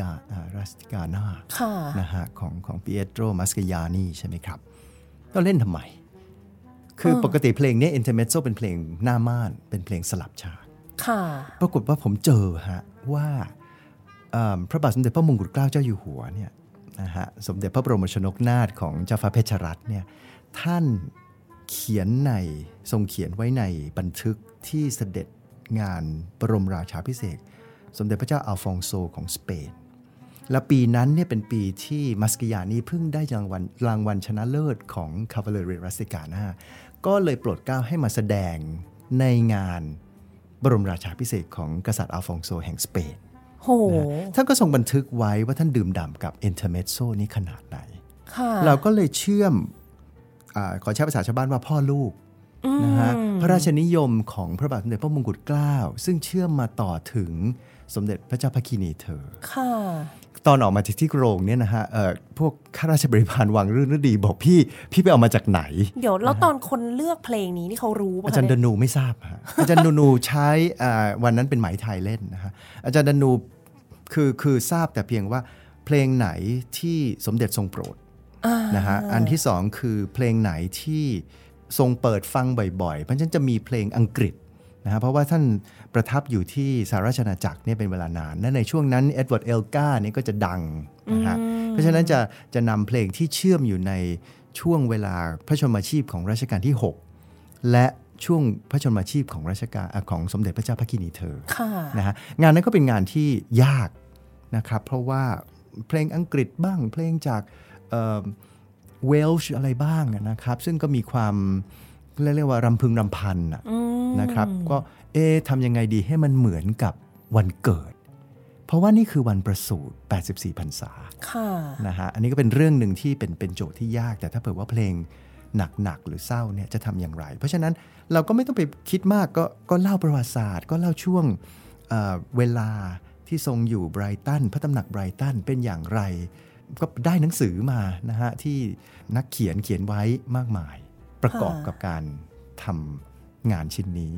Rusticana นะฮะของเปียโตรมัสกายานีใช่ไหมครับก็เล่นทำไมคือปกติเพลงนี้ Intermezzo เป็นเพลงหน้าม่านเป็นเพลงสลับฉากปรากฏว่าผมเจอฮะว่าพระบาทสมเด็จพระมงกุฎเกล้าเจ้าอยู่หัวเนี่ยนะฮะสมเด็จพระบรมชนกนาถของเจ้าฟ้าเพชรรัตน์เนี่ยท่านทรงเขียนไว้ในบันทึกที่เสด็จงานบรมราชาภิเษกสมเด็จพระเจ้าอัลฟองโซของสเปนและปีนั้นเนี่ยเป็นปีที่มัสกิยานีเพิ่งได้รางวัลชนะเลิศของ Cavalleria Rusticana ก็เลยโปรดเกล้าให้มาแสดงในงานบรมราชาภิเษกของกษัตริย์อัลฟองโซแห่งสเปนท่านก็ทรงบันทึกไว้ว่าท่านดื่มด่ำกับ Intermezzo นี้ขนาดไหนเราก็เลยเชื่อมขอใช้ภาษาชาวบ้านว่าพ่อลูกนะฮะพระราชนิยมของพระบาทสมเด็จพระมงกุฎเกล้าซึ่งเชื่อมมาต่อถึงสมเด็จพระเจ้าพระคีนีเธอตอนออกมาจากที่โรงเนี่ยนะฮะพวกข้าราชบริพารวังรื่นฤดีบอกพี่ไปเอามาจากไหน
เดี๋ยวแล้วตอนคนเลือกเพลงนี้นี่เขารู้ป่ะ
อาจารย์ดนูไม่ทราบฮะอาจารย์ดนูใช้วันนั้นเป็นไหมไทยเล่นนะฮะอาจารย์ดนูคือทราบแต่เพียงว่าเพลงไหนที่สมเด็จทรงโปรดนะฮะอันที่สองคือเพลงไหนที่ทรงเปิดฟังบ่อยๆเพราะฉะนั้นจะมีเพลงอังกฤษนะฮะเพราะว่าท่านประทับอยู่ที่สหราชอาณาจักรเนี่ยเป็นเวลานานและในช่วงนั้นเอ็ดเวิร์ดเอลกาเนี่ยก็จะดังนะฮะเพราะฉะนั้นจะนำเพลงที่เชื่อมอยู่ในช่วงเวลาพระชนมาชีพของรัชกาลที่6และช่วงพระชนมาชีพของรัชกาลของสมเด็จพระเจ้าพระคีนีเธอนะฮะงานนั้นก็เป็นงานที่ยากนะครับเพราะว่าเพลงอังกฤษบ้างเพลงจากเวลช์อะไรบ้างนะครับซึ่งก็มีความเรียกว่ารำพึงรำพันนะครับก็ทำยังไงดีให้มันเหมือนกับวันเกิดเพราะว่านี่คือวันประสูติ84 พรรษานะฮะอันนี้ก็เป็นเรื่องหนึ่งที่เป็นโจทย์ที่ยากแต่ถ้าเผื่อว่าเพลงหนักๆหรือเศร้าเนี่ยจะทำอย่างไรเพราะฉะนั้นเราก็ไม่ต้องไปคิดมากก็เล่าประวัติศาสตร์ก็เล่าช่วงเวลาที่ทรงอยู่ไบรตันพระตำหนักไบรตันเป็นอย่างไรก็ได้หนังสือมานะฮะที่นักเขียนไว้มากมายประกอบกับการทำงานชิ้นนี้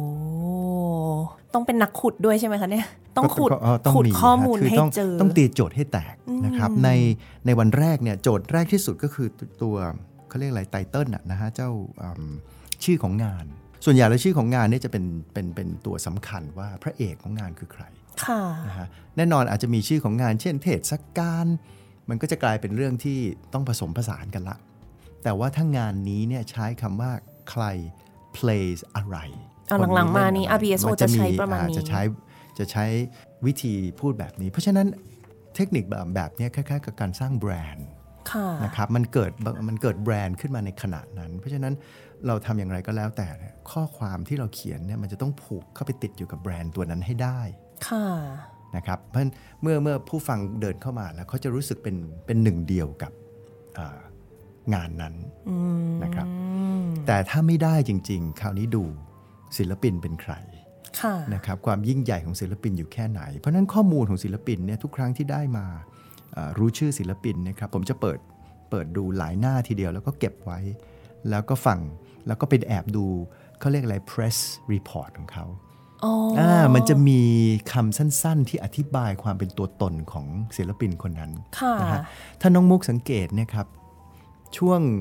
ต้องเป็นนักขุดด้วยใช่ไหมคะเนี่ยต้องขุดข้อมูลให้เจอ
ต้องตีโจทย์ให้แตกนะครับในวันแรกเนี่ยโจทย์แรกที่สุดก็คือตัวเขาเรียกอะไรไตเติ้ลนะฮะเจ้าชื่อของงานส่วนใหญ่แล้วชื่อของงานนี่จะเป็นตัวสำคัญว่าพระเอกของงานคือใครนะฮะแน่นอนอาจจะมีชื่อของงานเช่นเทศกาลมันก็จะกลายเป็นเรื่องที่ต้องผสมผสานกันละแต่ว่าถ้างานนี้เนี่ยใช้คำว่าใคร plays อะไร
หลังๆมานี้ RBSO จะใช้ประมาณนี้
จะใช้วิธีพูดแบบนี้เพราะฉะนั้นเทคนิคแบบนี้คล้ายๆกับการสร้างแบรนด์นะครับมันเกิดแบรนด์ขึ้นมาในขณะนั้นเพราะฉะนั้นเราทำอย่างไรก็แล้วแต่ข้อความที่เราเขียนเนี่ยมันจะต้องผูกเข้าไปติดอยู่กับแบรนด์ตัวนั้นให้ได้นะครับเพราะเมื่อผู้ฟังเดินเข้ามาแล้วเขาจะรู้สึกเป็นหนึ่งเดียวกับงานนั้นนะครับแต่ถ้าไม่ได้จริงๆคราวนี้ดูศิลปินเป็นใครนะครับความยิ่งใหญ่ของศิลปินอยู่แค่ไหนเพราะนั้นข้อมูลของศิลปินเนี่ยทุกครั้งที่ได้มารู้ชื่อศิลปินนะครับผมจะเปิดดูหลายหน้าทีเดียวแล้วก็เก็บไว้แล้วก็ฟังแล้วก็ไปแอบดูเขาเรียกอะไร press report ของเขามันจะมีคำสั้นๆที่อธิบายความเป็นตัวตนของศิลปินคนนั้นนะฮะถ้าน้องมุกสังเกตเนี่ยครับช่วง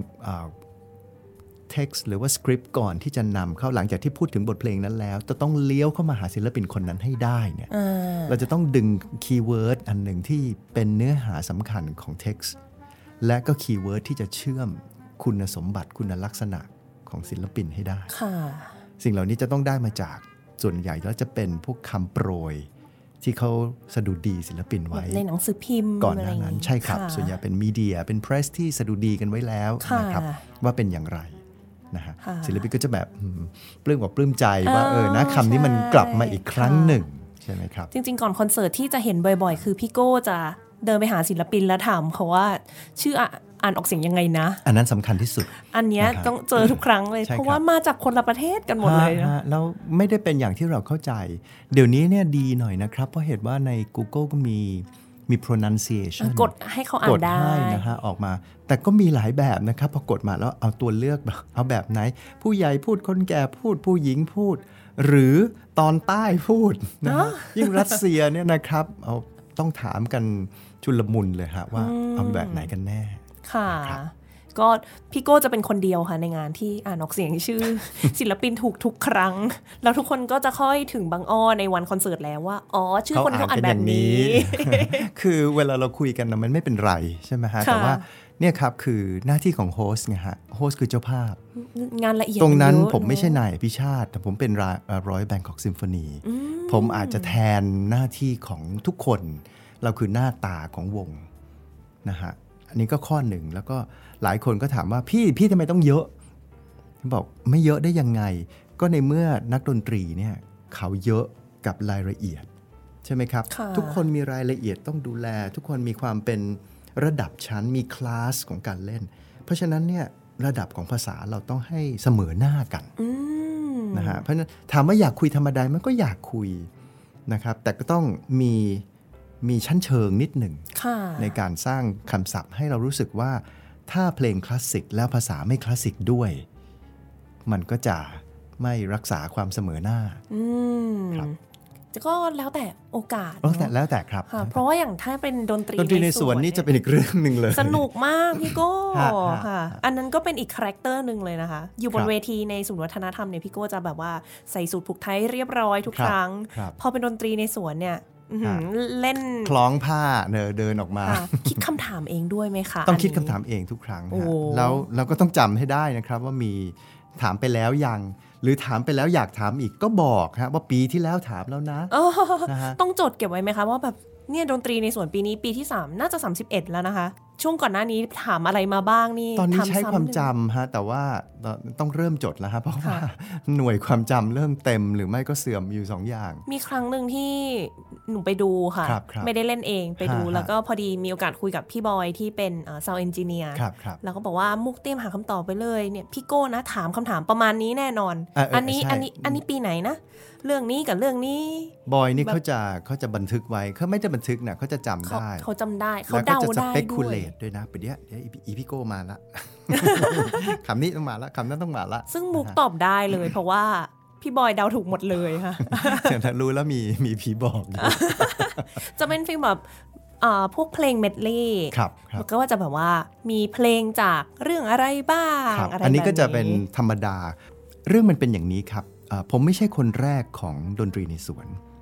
text หรือว่า script ก่อนที่จะนำเข้าหลังจากที่พูดถึงบทเพลงนั้นแล้วจะต้องเลี้ยวเข้ามาหาศิลปินคนนั้นให้ได้เนี่ยเราจะต้องดึงคีย์เวิร์ดอันหนึ่งที่เป็นเนื้อหาสำคัญของ text และก็คีย์เวิร์ดที่จะเชื่อมคุณสมบัติคุณลักษณะของศิลปินให้ได้สิ่งเหล่านี้จะต้องได้มาจากส่วนใหญ่แล้วจะเป็นพวกคำโปรยที่เขาสดุดีศิลปินไว้
ในหนังสือพิมพ์
ก่อนหน้านั้นใช่ครับส่วนใหญ่เป็นมีเดียเป็นเพรสที่สดุดีกันไว้แล้วนะครับว่าเป็นอย่างไรนะฮะศิลปินก็จะแบบปลื้มอกปลื้มใจว่านะคำนี้มันกลับมาอีกครั้งหนึ่งใช่ไหมครับ
จริงๆก่อนคอนเสิร์ตที่จะเห็นบ่อยๆคือพี่โก้จะเดินไปหาศิลปินแล้วถามเขาว่าชื่ออ่านออกเสียงยังไงนะ
อันนั้นสำคัญที่สุด
อันนี้ต้องเจอทุกครั้งเลยเพราะว่ามาจากคนละประเทศกันหมดเลยนะ
แล้วไม่ได้เป็นอย่างที่เราเข้าใจเดี๋ยวนี้เนี่ยดีหน่อยนะครับเพราะเหตุว่าใน Google ก็มี pronunciation
กดให้เขาอ่านได้
กดให้นะฮะออกมาแต่ก็มีหลายแบบนะครับพอกดมาแล้วเอาตัวเลือกเอาแบบไหนผู้ใหญ่พูดคนแก่พูดผู้หญิงพูดหรือตอนใต้พูดนะยิ่งรัสเซียเนี่ยนะครับเอาต้องถามกันชุลมุนเลยฮะว่าเอาแบบไหนกันแน่
ค่ะก็พี่โก้จะเป็นคนเดียวค่ะในงานที่อ่านออกเสียงชื่อ ศิลปินถูกทุกครั้งแล้วทุกคนก็จะค่อยถึงบางอ้อในวันคอนเสิร์ตแล้วว่าอ๋อชื่อคนเขาอ่านแบบนี้
คือเวลาเราคุยกันนะมันไม่เป็นไรใช่ไหมฮะแต่ว่าเนี่ยครับคือหน้าที่ของโฮสต์ไงฮะโฮสต์คือเจ้าภาพ
งานละเอียด
ตรงนั้นผมไม่ใช่นายพิชาติแต่ผมเป็นร้อยแบงค็อกซิมโฟนีผมอาจจะแทนหน้าที่ของทุกคนเราคือหน้าตาของวงนะฮะอันนี้ก็ข้อหนึ่งแล้วก็หลายคนก็ถามว่าพี่ทำไมต้องเยอะบอกไม่เยอะได้ยังไงก็ในเมื่อนักดนตรีเนี่ยเขาเยอะกับรายละเอียดใช่ไหมครับทุกคนมีรายละเอียดต้องดูแลทุกคนมีความเป็นระดับชั้นมีคลาสของการเล่นเพราะฉะนั้นเนี่ยระดับของภาษาเราต้องให้เสมอหน้ากันนะฮะเพราะฉะนั้นถามว่าอยากคุยธรรมดามันก็อยากคุยนะครับแต่ก็ต้องมีชั้นเชิงนิดหนึ่งในการสร้างคำศัพท์ให้เรารู้สึกว่าถ้าเพลงคลาสสิกแล้วภาษาไม่คลาสสิกด้วยมันก็จะไม่รักษาความเสมอหน้าครับ
ก็แล้วแต่โอกาส
แล้วแต่ครับ
เพราะว่าอย่างถ้าเป็นดนตรี
ในสวนนี่จะเป็นอีกเรื่องนึงเลย
สนุกมากพี่โก้ค่ะอันนั้นก็เป็นอีกคาแรคเตอร์นึงเลยนะคะอยู่บนเวทีในศูนย์วัฒนธรรมเนี่ยพี่โก้จะแบบว่าใส่สูทผูกไทยเรียบร้อยทุกครั้งพอเป็นดนตรีในสวนเนี่ยเล่น
คล้องผ้าเดินออกมา
คิดคำถามเองด้วยไหมคะ
ต้องคิดคำถามเองทุกครั้งแล้วเราก็ต้องจำให้ได้นะครับว่ามีถามไปแล้วยังหรือถามไปแล้วอยากถามอีกก็บอกว่าปีที่แล้วถามแล้วนะ
ต้องจดเก็บไว้ไหมคะว่าแบบเนี่ยดนตรีในส่วนปีนี้ปีที่3น่าจะ31แล้วนะคะช่วงก่อนหน้านี้ถามอะไรมาบ้างนี่
ตอนนี้ใช้ความจำฮะแต่ว่าต้องเริ่มจดแล้วฮะเพราะว่าหน่วยความจำเริ่มเต็มหรือไม่ก็เสื่อมอยู่2อย่าง
มีครั้งหนึ่งที่หนูไปดูค่ะไม่ได้เล่นเองไปดูแล้วก็พอดีมีโอกาสคุยกับพี่บอยที่เป็นsound engineer แล้วก็บอกว่ามุกเตรียมหาคำตอบไปเลยเนี่ยพี่โก้นะถามคำถามประมาณนี้แน่นอนอันนี้ปีไหนนะเรื่องนี้กับเรื่องนี้
บอยนี่เขาจะบันทึกไว้เขาไม่ได้บันทึกนะเขาจะจำได้
เขาจำได้เขาเดาได้
ด้วยนะเดี๋ยวอีพี่โก้มาละ คำนี้ต้องมาละคำนั้นต้องมาละ
ซึ่งมุกตอบได้เลยเพราะว่าพี่บอยเดาถูกหมดเลยค่ะ
แต่รู้แล้วมีผีบอก
จะเป็นฟีลแบบพวกเพลงเมดเล่ก็ว่าจะแบบว่ามีเพลงจากเรื่องอะไรบ้างอะไร
อันนี้ก็จะเป็นธรรมดาเรื่องมันเป็นอย่างนี้ครับผมไม่ใช่คนแรกของดนตรีในสวน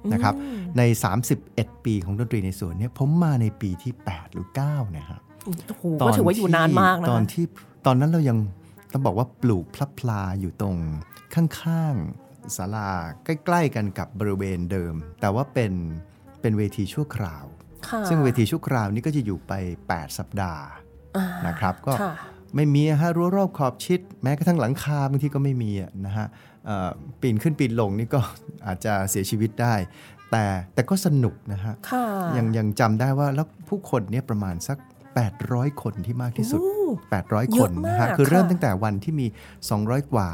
นะครับใน31ปีของดนตรีในสวนเนี่ยผมมาในปีที่8หรือ9นะฮะ
ก็ถือว่าอยู่นานมากนะ
ตอนนั้นเรายังต้องบอกว่าปลูกพลับพลาอยู่ตรงข้างๆศาลาใกล้ๆกันกับบริเวณเดิมแต่ว่าเป็นเวทีชั่วคราวซึ่งเวทีชั่วคราวนี้ก็จะอยู่ไป8สัปดาห์นะครับก็ไม่มีรั้วรอบขอบชิดแม้กระทั่งหลังคาบางทีก็ไม่มีนะฮะปีนขึ้นปีนลงนี่ก็อาจจะเสียชีวิตได้แต่ก็สนุกนะฮะยังจำได้ว่าแล้วผู้คนเนี่ยประมาณสัก800คนที่มากที่สุด800คนนะฮะคือเริ่มตั้งแต่วันที่มี200กว่า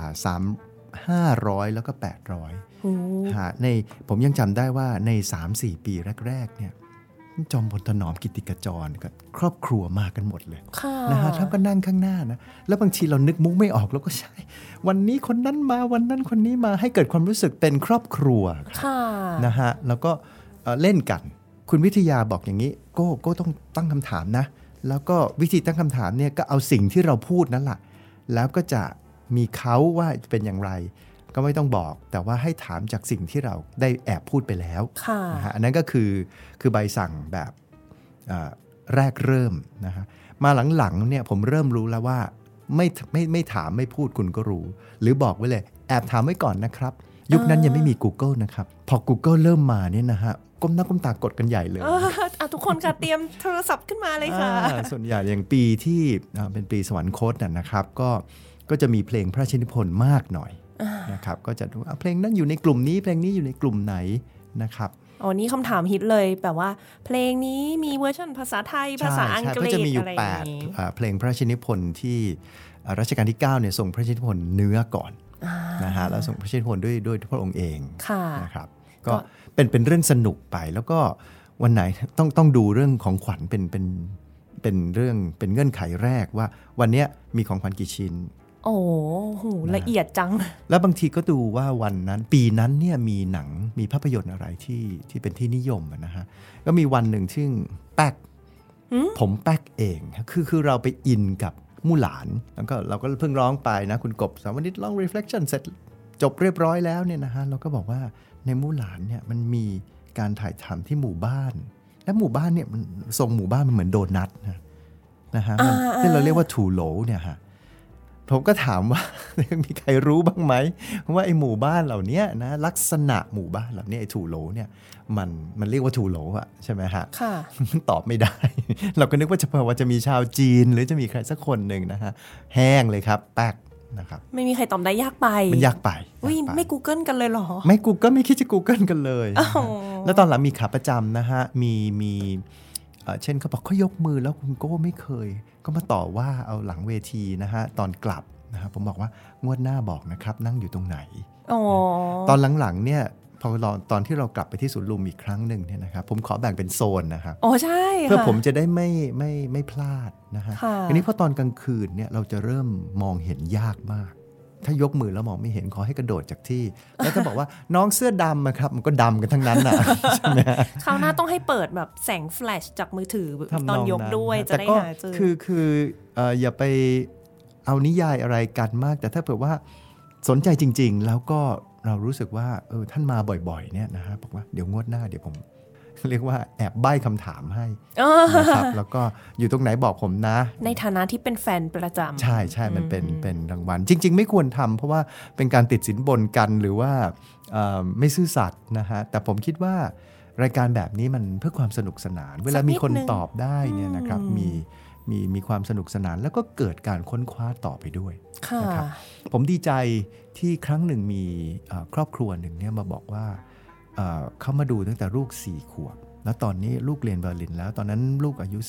500แล้วก็800ในผมยังจำได้ว่าใน 3-4 ปีแรกๆเนี่ยจอมพลถนอมกิตติกจรกับครอบครัวมากันหมดเลยนะฮะท่านก็นั่งข้างหน้านะแล้วบางทีเรานึกมุกไม่ออกเราก็ใช่วันนี้คนนั้นมาวันนั้นคนนี้มาให้เกิดความรู้สึกเป็นครอบครัวนะฮะแล้วก็เล่นกันคุณวิทยาบอกอย่างนี้ก็ต้องตั้งคำถามนะแล้วก็วิธีตั้งคำถามเนี่ยก็เอาสิ่งที่เราพูดนั่นแหละแล้วก็จะมีเขาว่าเป็นอย่างไรก็ไม่ต้องบอกแต่ว่าให้ถามจากสิ่งที่เราได้แอบพูดไปแล้วนะฮะอันนั้นก็คือใบสั่งแบบแรกเริ่มนะฮะมาหลังๆเนี่ยผมเริ่มรู้แล้วว่าไม่ถามไม่พูดคุณก็รู้หรือบอกไว้เลยแอบถามไว้ก่อนนะครับยุคนั้นยังไม่มี Google นะครับพอ Google เริ่มมาเนี่ยนะฮะก้มหน้าก้มตากดกันใหญ่เลย
ทุกคนค่ะเตรียมโทรศัพท์ขึ้นมาเลยค่ะ
ส่วนใหญ่อย่างปีที่เป็นปีสวรรคตนะครับก็จะมีเพลงพระราชนิพนธ์มากหน่อยนะครับก็จะดูเพลงนั้นอยู่ในกลุ่มนี้เพลงนี้อยู่ในกลุ่มไหนนะครับ
นี่คำถามฮิตเลยแบบว่าเพลงนี้มีเวอร์ชันภาษาไทยภาษาอังกฤษ
ก็จะมีอยู่8เพลงพระราชนิพนธ์ที่รัชกาลที่9เนี่ยส่งพระราชนิพนธ์เนื้อก่อนนะฮะแล้วส่งพระราชนิพนธ์ด้วยพระองค์เองนะครับก็เป็นเรื่องสนุกไปแล้วก็วันไหนต้องดูเรื่องของขวัญเป็นเรื่องเป็นเงื่อนไขแรกว่าวันนี้มีของขวัญกี่ชิ้น
โอ้โหละเอียดจัง
แล้วบางทีก็ดูว่าวันนั้นปีนั้นเนี่ยมีหนังมีภาพยนตร์อะไรที่เป็นที่นิยมนะฮะก็มีวันหนึ่งซึ่งแป๊กผมแป๊กเองคือเราไปอินกับมู่หลานแล้วก็เราก็เพิ่งร้องไปนะคุณกบสามนิดร้อง reflection เสร็จจบเรียบร้อยแล้วเนี่ยนะฮะเราก็บอกว่าในมู่หลานเนี่ยมันมีการถ่ายทำที่หมู่บ้านและหมู่บ้านเนี่ยมันทรงหมู่บ้านมันเหมือนโดนัทนะฮะที่เราเรียกว่าถูโหลเนี่ยฮะผมก็ถามว่ามีใครรู้บ้างไหมว่าไอ้หมู่บ้านเหล่านี้นะลักษณะหมู่บ้านเหล่านี้ไอ้ถูโหลเนี่ยมันเรียกว่าถูโหลอะใช่ไหมฮะมันตอบไม่ได้เราก็นึกว่าจะมีชาวจีนหรือจะมีใครสักคนหนึ่งนะฮะแห้งเลยครับแป๊กนะครับ
ไม่มีใครตอบได้ยากไป
มันยากไป
ไม่ Google กันเลยหรอ
ไม่ Google ไม่คิดจะ Google กันเลยแล้วตอนหลังมีขาประจำนะฮะมีเช่นเขาบอกเขายกมือแล้วคุณโก้ไม่เคยก็มาต่อว่าเอาหลังเวทีนะฮะตอนกลับนะฮะผมบอกว่างวดหน้าบอกนะครับนั่งอยู่ตรงไหนตอนหลังๆเนี่ยพอตอนที่เรากลับไปที่สวนลุมอีกครั้งหนึ่งเนี่ยนะครับผมขอแบ่งเป็นโซนนะครับ
ใช่
เพื่อผมจะได้ไม่พลาดนะฮะทีนี้พอตอนกลางคืนเนี่ยเราจะเริ่มมองเห็นยากมากถ้ายกมือแล้วมองไม่เห็นขอให้กระโดดจากที่แล้วจะบอกว่าน้องเสื้อดำนะครับมันก็ดำกันทั้งนั้นน่ะใช่ไหม
คราวหน้าต้องให้เปิดแบบแสงแฟลชจากมือถือตอนยกด้วยจะได้หาเจอ
คืออย่าไปเอานิยายอะไรกันมากแต่ถ้าเผื่อว่าสนใจจริงๆแล้วก็เรารู้สึกว่าท่านมาบ่อยๆเนี่ยนะฮะบอกว่าเดี๋ยวงวดหน้าเดี๋ยวผมเรียกว่าแอบใบ้คำถามให้นะครับแล้วก็อยู่ตรงไหนบอกผมนะ
ในฐานะที่เป็นแฟนประจำ
ใช่มันเป็นรางวัลจริงๆไม่ควรทำเพราะว่าเป็นการติดสินบนกันหรือว่าไม่ซื่อสัตย์นะฮะแต่ผมคิดว่ารายการแบบนี้มันเพื่อความสนุกสนานเวลามีคนตอบได้เนี่ยนะครับมีความสนุกสนานแล้วก็เกิดการค้นคว้าต่อไปด้วยนะครับผมดีใจที่ครั้งหนึ่งมีครอบครัวหนึ่งเนี่ยมาบอกว่าเขามาดูตั้งแต่ลูก4ขวบแล้วตอนนี้ลูกเรียนเบอร์ลินแล้วตอนนั้นลูกอายุ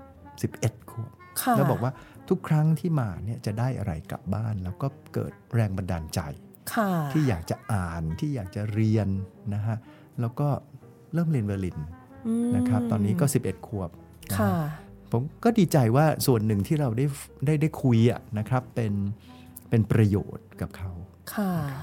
11ขวบแล้วบอกว่าทุกครั้งที่มาเนี่ยจะได้อะไรกลับบ้านแล้วก็เกิดแรงบันดาลใจที่อยากจะอ่านที่อยากจะเรียนนะฮะแล้วก็เริ่มเรียนเบอร์ลินนะครับตอนนี้ก็11ขวบผมก็ดีใจว่าส่วนหนึ่งที่เราได้คุยนะครับเป็นประโยชน์กับเขา
ค่ะโ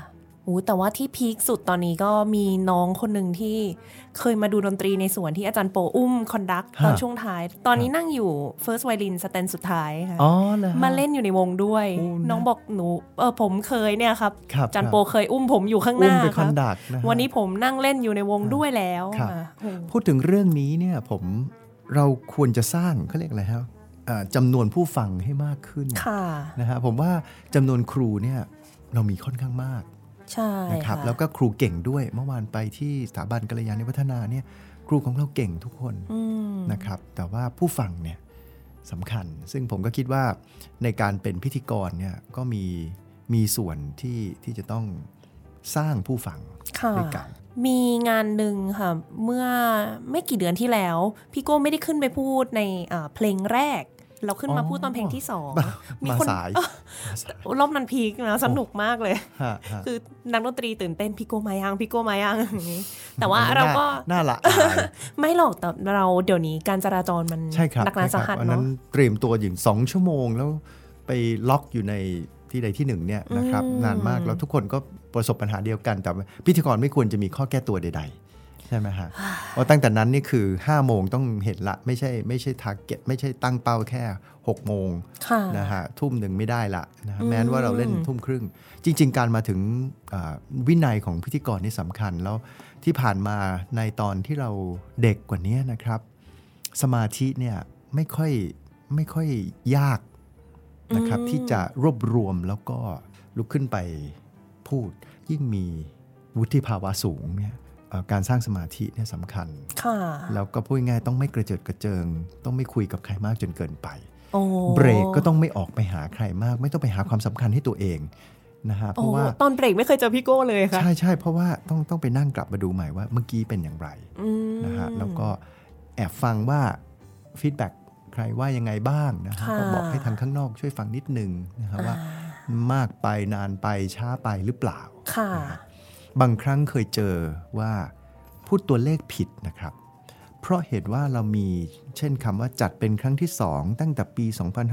แต่ว่าที่พีคสุดตอนนี้ก็มีน้องคนหนึ่งที่เคยมาดูดนตรีในสวนที่อาจารย์โปอุ้มคอนดักตอนช่วงท้ายตอนนี้นั่งอยู่ First Violin สแตนสุดท้ายค่ะมาเล่นอยู่ในวงด้วยน้องบอกหนูผมเคยเนี่ยครับอาจารย์โปเคยอุ้มผมอยู่ข้างหน้าครับวันนี้ผมนั่งเล่นอยู่ในวงด้วยแล้ว
พูดถึงเรื่องนี้เนี่ยเราควรจะสร้างเขาเรียกอะไรครับจำนวนผู้ฟังให้มากขึ้นนะฮะผมว่าจำนวนครูเนี่ยเรามีค่อนข้างมากนะครับแล้วก็ครูเก่งด้วยเมื่อวานไปที่สถาบันกัลยาณิวัฒนาเนี่ยครูของเราเก่งทุกคนนะครับแต่ว่าผู้ฟังเนี่ยสำคัญซึ่งผมก็คิดว่าในการเป็นพิธีกรเนี่ยก็มีส่วนที่จะต้องสร้างผู้ฟังด้วยกัน
มีงานหนึ่งค่ะเมื่อไม่กี่เดือนที่แล้วพี่โก้ไม่ได้ขึ้นไปพูดในเพลงแรกเราขึ้นมาพูดตอนเพลงที่2
มีคนสาย
รอบนั้นพีคนะสนุกมากเลยคือนักดนตรีตื่นเต้นพี่โก้มายังอย่างนี้แต่ว่าเราก็
น่าละ
ไม่หรอกแต่เราเดี๋ยวนี้การจราจรมันหนักหนาสาหัสเนาะ
นั้นเตรียมตัวอยู่2 ชั่วโมงแล้วไปล็อกอยู่ในที่ใดที่หนึ่งเนี่ยนะครับนานมากแล้วทุกคนก็ประสบปัญหาเดียวกันแต่พิธีกรไม่ควรจะมีข้อแก้ตัวใดๆใช่ไหมฮะเพราะตั้งแต่นั้นนี่คือ5 โมงต้องเห็นละไม่ใช่ทาร์เก็ตไม่ใช่ตั้งเป้าแค่6 โมงนะฮะทุ่มหนึ่งไม่ได้ละนะแม้ว่าเราเล่นทุ่มครึ่งจริงๆการมาถึงวินัยของพิธีกรนี่สำคัญแล้วที่ผ่านมาในตอนที่เราเด็กกว่านี้นะครับสมาธิเนี่ยไม่ค่อยยากนะครับที่จะรวบรวมแล้วก็ลุกขึ้นไปพูดยิ่งมีวุฒิภาวะสูงเนี่ยการสร้างสมาธิเนี่ยสำคัญแล้วก็พูดง่ายต้องไม่กระเจิดกระเจิงต้องไม่คุยกับใครมากจนเกินไปเบรกก็ต้องไม่ออกไปหาใครมากไม่ต้องไปหาความสำคัญให้ตัวเองนะฮะเพราะว่า
ตอนเบรกไม่เคยเจอพี่โก้เลยค่ะ
ใช่เพราะว่าต้องไปนั่งกลับมาดูใหม่ว่าเมื่อกี้เป็นอย่างไรนะฮะแล้วก็แอบฟังว่าฟีดแบ็กใครว่ายังไงบ้างนะฮะก็บอกให้ทางข้างนอกช่วยฟังนิดนึงนะฮะว่ามากไปนานไปช้าไปหรือเปล่าบางครั้งเคยเจอว่าพูดตัวเลขผิดนะครับเพราะเหตุว่าเรามีเช่นคำว่าจัดเป็นครั้งที่2ตั้งแต่ปี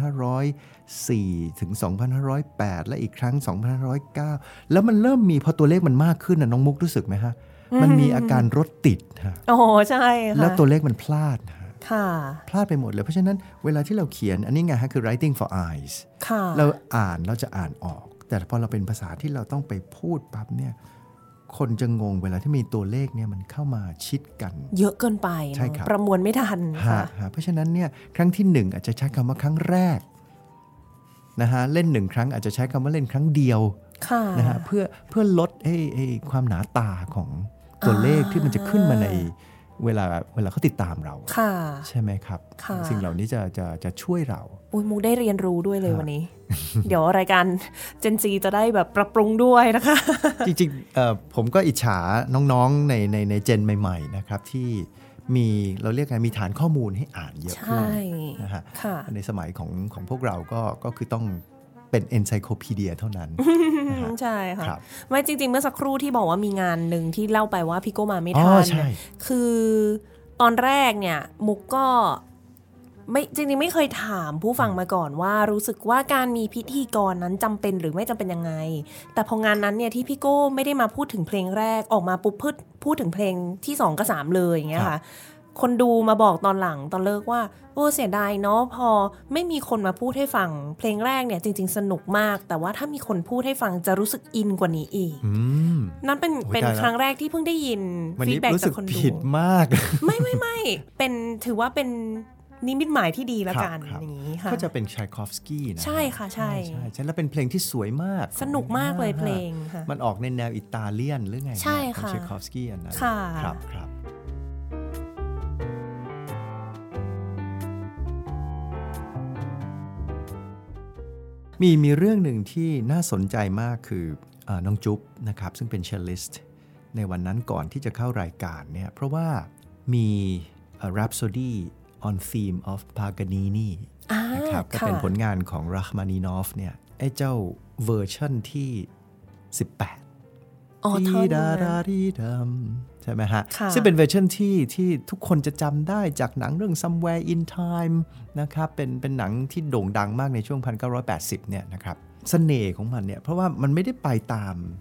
2504ถึง2508และอีกครั้ง2509แล้วมันเริ่มมีพอตัวเลขมันมากขึ้นนะน้องมุกรู้สึกไหมฮะมันมีอาการรถติดฮะ
ใช่ค่ะ
แล้วตัวเลขมันพลาดพลาดไปหมดเลยเพราะฉะนั้นเวลาที่เราเขียนอันนี้ไงฮะคือ writing for eyes เราจะอ่านออกแต่พอเราเป็นภาษาที่เราต้องไปพูดปั๊บเนี่ยคนจะงงเวลาที่มีตัวเลขเนี่ยมันเข้ามาชิดกัน
เยอะเกินไปประมวลไม่ทันค่ะ
เพราะฉะนั้นเนี่ยครั้งที่1อาจจะใช้คำว่าครั้งแรกนะฮะเล่น1ครั้งอาจจะใช้คำว่าเล่นครั้งเดียวนะฮะเพื่อลดความหนาตาของตัวเลขที่มันจะขึ้นมาในเวลาเขาติดตามเราใช่ไหมครับสิ่งเหล่านี้จะช่วยเรา
มุกได้เรียนรู้ด้วยเลยวันนี้ เดี๋ยวรายการ Gen Z จะได้แบบปรับปรุงด้วยนะคะ
จริงๆผมก็อิจฉาน้องๆในเจนใหม่ๆนะครับที่เราเรียกไงมีฐานข้อมูลให้อ่านเยอะขึ้นนะฮะในสมัยของพวกเราก็คือต้องเป็น encyclopedia เท่านั้น
ใช่ค่ะไม่จริงๆเมื่อสักครู่ที่บอกว่ามีงานหนึ่งที่เล่าไปว่าพี่โก้มาไม่ทันคือตอนแรกเนี่ยมุกก็ไม่จริงๆไม่เคยถามผู้ฟังมาก่อนว่ารู้สึกว่าการมีพิธีกรนั้นจำเป็นหรือไม่จำเป็นยังไงแต่พองานนั้นเนี่ยที่พี่โก้ไม่ได้มาพูดถึงเพลงแรกออกมาปุ๊บพูดถึงเพลงที่2กับ3เลยอย่างเงี้ยค่ะคนดูมาบอกตอนหลังตอนเลิกว่าเสียดายเนาะพอไม่มีคนมาพูดให้ฟังเพลงแรกเนี่ยจริงๆสนุกมากแต่ว่าถ้ามีคนพูดให้ฟังจะรู้สึกอินกว่านี้อีกนั่นเป็นครั้งแรกที่เพิ่งได้ยินฟีดแบ็กจากคนดู
ผิดมาก
ไม่เป็นถือว่าเป็นนิมิตหมายที่ดีละกันอย่างนี้ค่ะ
ก็จะเป็นชัยคอฟสกี้นะ
ใช่ค่ะใช่
แล้วเป็นเพลงที่สวยมาก
สนุกมากเลยเพลงค่ะ
มันออกในแนวอิตาเลียนหรือไง
ใช่ค่ะ
ของชัยคอฟสกี้อันนั้นครับมีเรื่องหนึ่งที่น่าสนใจมากคือน้องจุ๊บนะครับซึ่งเป็นเชลลิสต์ในวันนั้นก่อนที่จะเข้ารายการเนี่ยเพราะว่ามี Rhapsody on Theme of Paganini นะครับก็เป็นผลงานของ Rachmaninoff เนี่ยไอ้เจ้าเวอร์ชันที่18ที่ดาราดีดำใช่ไหมฮะซึ่งเป็นเวอร์ชันที่ทุกคนจะจำได้จากหนังเรื่อง Somewhere in Time นะครับเป็นหนังที่โด่งดังมากในช่วง 1980 เนี่ยนะครับเสน่ห์ของมันเนี่ยเพราะว่ามันไม่ได้ไปตาม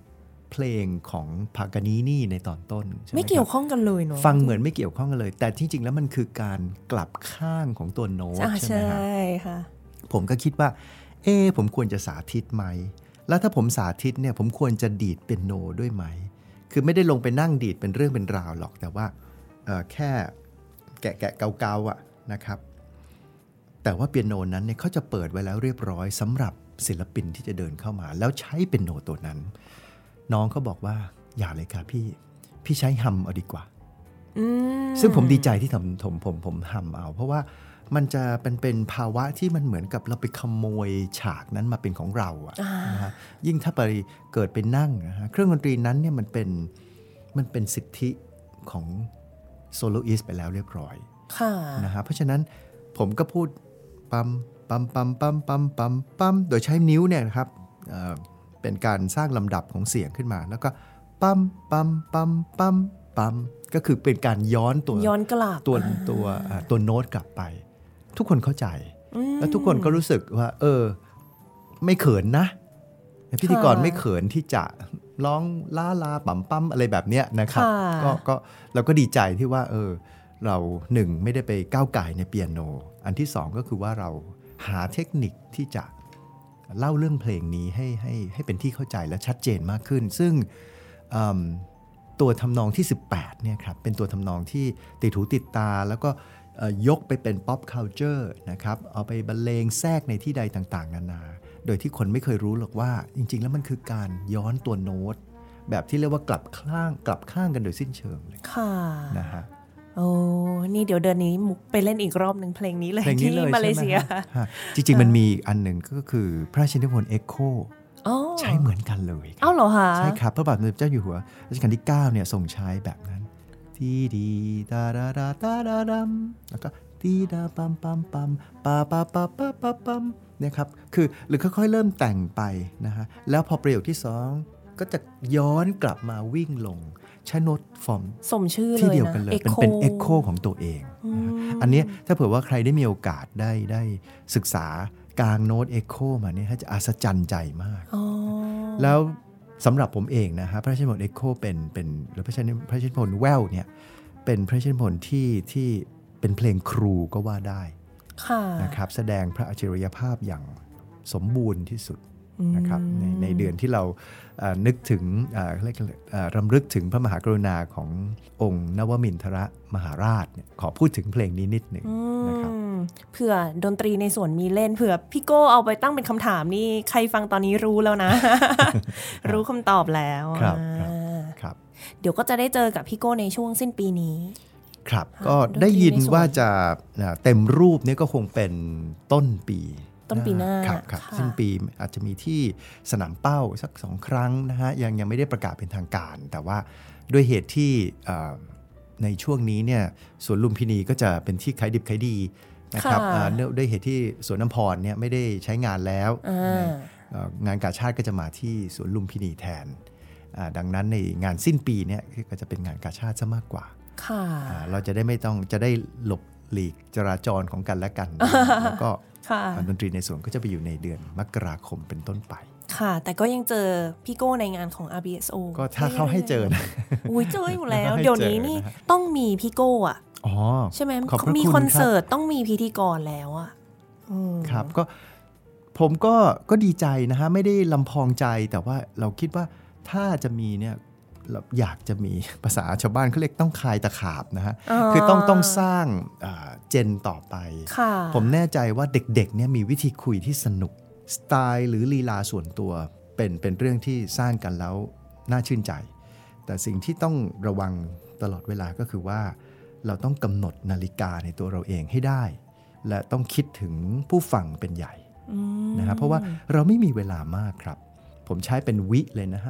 เพลงของพากานีนี่ในตอนต้น
ไม่เกี่ยวข้องกันเลยเนาะ
ฟังเหมือนไม่เกี่ยวข้องกันเลยแต่ที่จริงแล้วมันคือการกลับข้างของตัวโน้ตใช่ไหมครับใช่ค่ะผมก็คิดว่าผมควรจะสาธิตไหมแล้วถ้าผมสาธิตเนี่ยผมควรจะดีดเปียโนด้วยไหมคือไม่ได้ลงไปนั่งดีดเป็นเรื่องเป็นราวหรอกแต่ว่าแค่แกะเกาๆอ่ะนะครับแต่ว่าเปียโนนั้นเนี่ยเขาจะเปิดไว้แล้วเรียบร้อยสำหรับศิลปินที่จะเดินเข้ามาแล้วใช้เปียโนตัวนั้นน้องเขาบอกว่าอย่าเลยค่ะพี่ใช้ฮัมเอาดีกว่าซึ่งผมดีใจที่ผมฮัมเอาเพราะว่ามันจะเป็นภาวะที่มันเหมือนกับเราไปขโมยฉากนั้นมาเป็นของเราอะนะฮะยิ่งถ้าไปเกิดไปนั่งนะฮะเครื่องดนตรีนั้นเนี่ยมันเป็นสิทธิของโซโลอิสต์ไปแล้วเรียบร้อยนะฮะเพราะฉะนั้นผมก็พูดปั๊มปั๊มปั๊มปั๊มปั๊มปั๊มปั๊มโดยใช้นิ้วเนี่ยนะครับเป็นการสร้างลำดับของเสียงขึ้นมาแล้วก็ปั๊มปั๊มปั๊มปั๊มปั๊มก็คือเป็นการย้อน
กลับ
ตัวโน้ตกลับไปทุกคนเข้าใจแล้วทุกคนก็รู้สึกว่าไม่เขินนะพิธีกรไม่เขินที่จะร้องลาปั๊มปั๊มอะไรแบบเนี้ยนะครับก็เราก็ดีใจที่ว่าเราหนึ่งไม่ได้ไปก้าวไก่ในเปียโนอันที่สองก็คือว่าเราหาเทคนิคที่จะเล่าเรื่องเพลงนี้ให้เป็นที่เข้าใจและชัดเจนมากขึ้นซึ่งตัวทำนองที่18เนี่ยครับเป็นตัวทำนองที่ติดหูติดตาแล้วก็ยกไปเป็น pop culture นะครับเอาไปบรรเลงแทรกในที่ใดต่างๆนานาโดยที่คนไม่เคยรู้หรอกว่าจริงๆแล้วมันคือการย้อนตัวโน้ตแบบที่เรียกว่ากลับข้างกันโดยสิ้นเชิงเลยนะฮะ
โอ้นี่เดี๋ยวเดือนนี้มุกไปเล่นอีกรอบหนึ่งเพลงนี้เลยที่มาเลเซีย
จริงๆมันมีอันหนึ่งก็คือพระราชนิพนธ์ Echo ใช้เหมือนกันเลย
อ้าวเหรอคะ
ใช่ครับพระบาทสมเด็จเจ้าอยู่หัวรัชกาลที่9เนี่ยทรงใช้แบบนั้นทีดีตาดาดาตาดาดัมแล้วก็ทีดาปัมปัมปัมปาปาปาปาปาปัมเนี่ยครับคือหรือค่อยๆเริ่มแต่งไปนะฮะแล้วพอประโยคที่2ก็จะย้อนกลับมาวิ่งลงใช้โน้ตฟอร์ม
สมชื่อเลยนะ
ที่เดียวกันเลยเป็นเอ็กโคของตัวเองอันนี้ถ้าเผื่อว่าใครได้มีโอกาสได้ศึกษากลางโน้ตเอ็กโคมาเนี่ยจะอัศจรรย์ใจมากแล้วสำหรับผมเองนะฮะพระราชนิพนธ์เอ็กโคเป็นหรือพระราชนิพนธ์แววเนี่ยเป็นพระราชนิพนธ์ที่เป็นเพลงครูก็ว่าได้นะครับแสดงพระอัจฉริยภาพอย่างสมบูรณ์ที่สุดนะครับในเดือนที่เรานึกถึงรำลึกถึงพระมหากรุณาขององค์นวมินทรมหาราชขอพูดถึงเพลงนี้นิดหนึ่งนะครับ
เผื่อดนตรีในส่วนมีเล่นเผื่อพี่โก้เอาไปตั้งเป็นคำถามนี่ใครฟังตอนนี้รู้แล้วนะ รู้คำตอบแล้ว
ครับ
เดี๋ยวก็จะได้เจอกับพี่โก้ในช่วงสิ้นปีนี้
ครับก็ได้ยินว่าจะเต็มรูปนี้ก็คงเป็นต้นปี
หน้า
ครับสิ้นปีอาจจะมีที่สนามเป้าสัก2 ครั้งนะฮะยังไม่ได้ประกาศเป็นทางการแต่ว่าด้วยเหตุที่ในช่วงนี้เนี่ยสวนลุมพินีก็จะเป็นที่ขายดิบขายดีนะครับด้วยเหตุที่สวนน้ำพรเนี่ยไม่ได้ใช้งานแล้วงานกาชาดก็จะมาที่สวนลุมพินีแทนดังนั้นในงานสิ้นปีเนี่ยก็จะเป็นงานกาชาดซะมากกว่าเราจะได้ไม่ต้องจะได้หลบหลีกจราจรของกันและกันแล้วก็ดนตรีในสวนก็จะไปอยู่ในเดือนมกราคมเป็นต้นไป
ค่ะแต่ก็ยังเจอพี่โก้ในงานของ RBSO
ก็ถ้าเขาให้เจอนะ
อุ้ยเจออยู่แล้วเดี๋ยวนี้นี่ต้องมีพี่โก้อะใช่ไหมมีคอนเสิร์ตต้องมีพิธีกรแล้วอะ
ครับก็ผมก็ดีใจนะฮะไม่ได้ลำพองใจแต่ว่าเราคิดว่าถ้าจะมีเนี่ยอยากจะมีภาษาชาวบ้านเขาเรียกต้องคายตะขาบนะฮะคือต้องสร้างเจนต่อไปผมแน่ใจว่าเด็กๆเนี่ยมีวิธีคุยที่สนุกสไตล์หรือลีลาส่วนตัวเป็นเรื่องที่สร้างกันแล้วน่าชื่นใจแต่สิ่งที่ต้องระวังตลอดเวลาก็คือว่าเราต้องกำหนดนาฬิกาในตัวเราเองให้ได้และต้องคิดถึงผู้ฟังเป็นใหญ่นะฮะเพราะว่าเราไม่มีเวลามากครับผมใช้เป็นวิเลยนะฮะ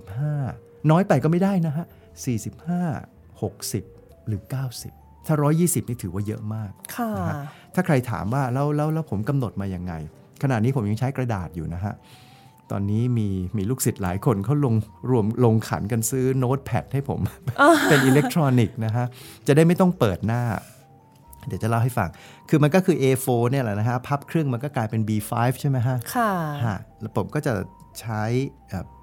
45น้อยไปก็ไม่ได้นะฮะ45 60หรือ90ถ้า120นี่ถือว่าเยอะมากนะฮะถ้าใครถามว่าแล้วผมกำหนดมายังไงขณะนี้ผมยังใช้กระดาษอยู่นะฮะตอนนี้มีลูกศิษย์หลายคนเขาลงขันกันซื้อโน้ตแพดให้ผม เป็นอิเล็กทรอนิกส์นะฮะจะได้ไม่ต้องเปิดหน้าเดี๋ยวจะเล่าให้ฟังคือมันก็คือ A4 เนี่ยแหละนะฮะพับครึ่งมันก็กลายเป็น B5 ใช่ไหมฮะค่ะแล้วผมก็จะใช้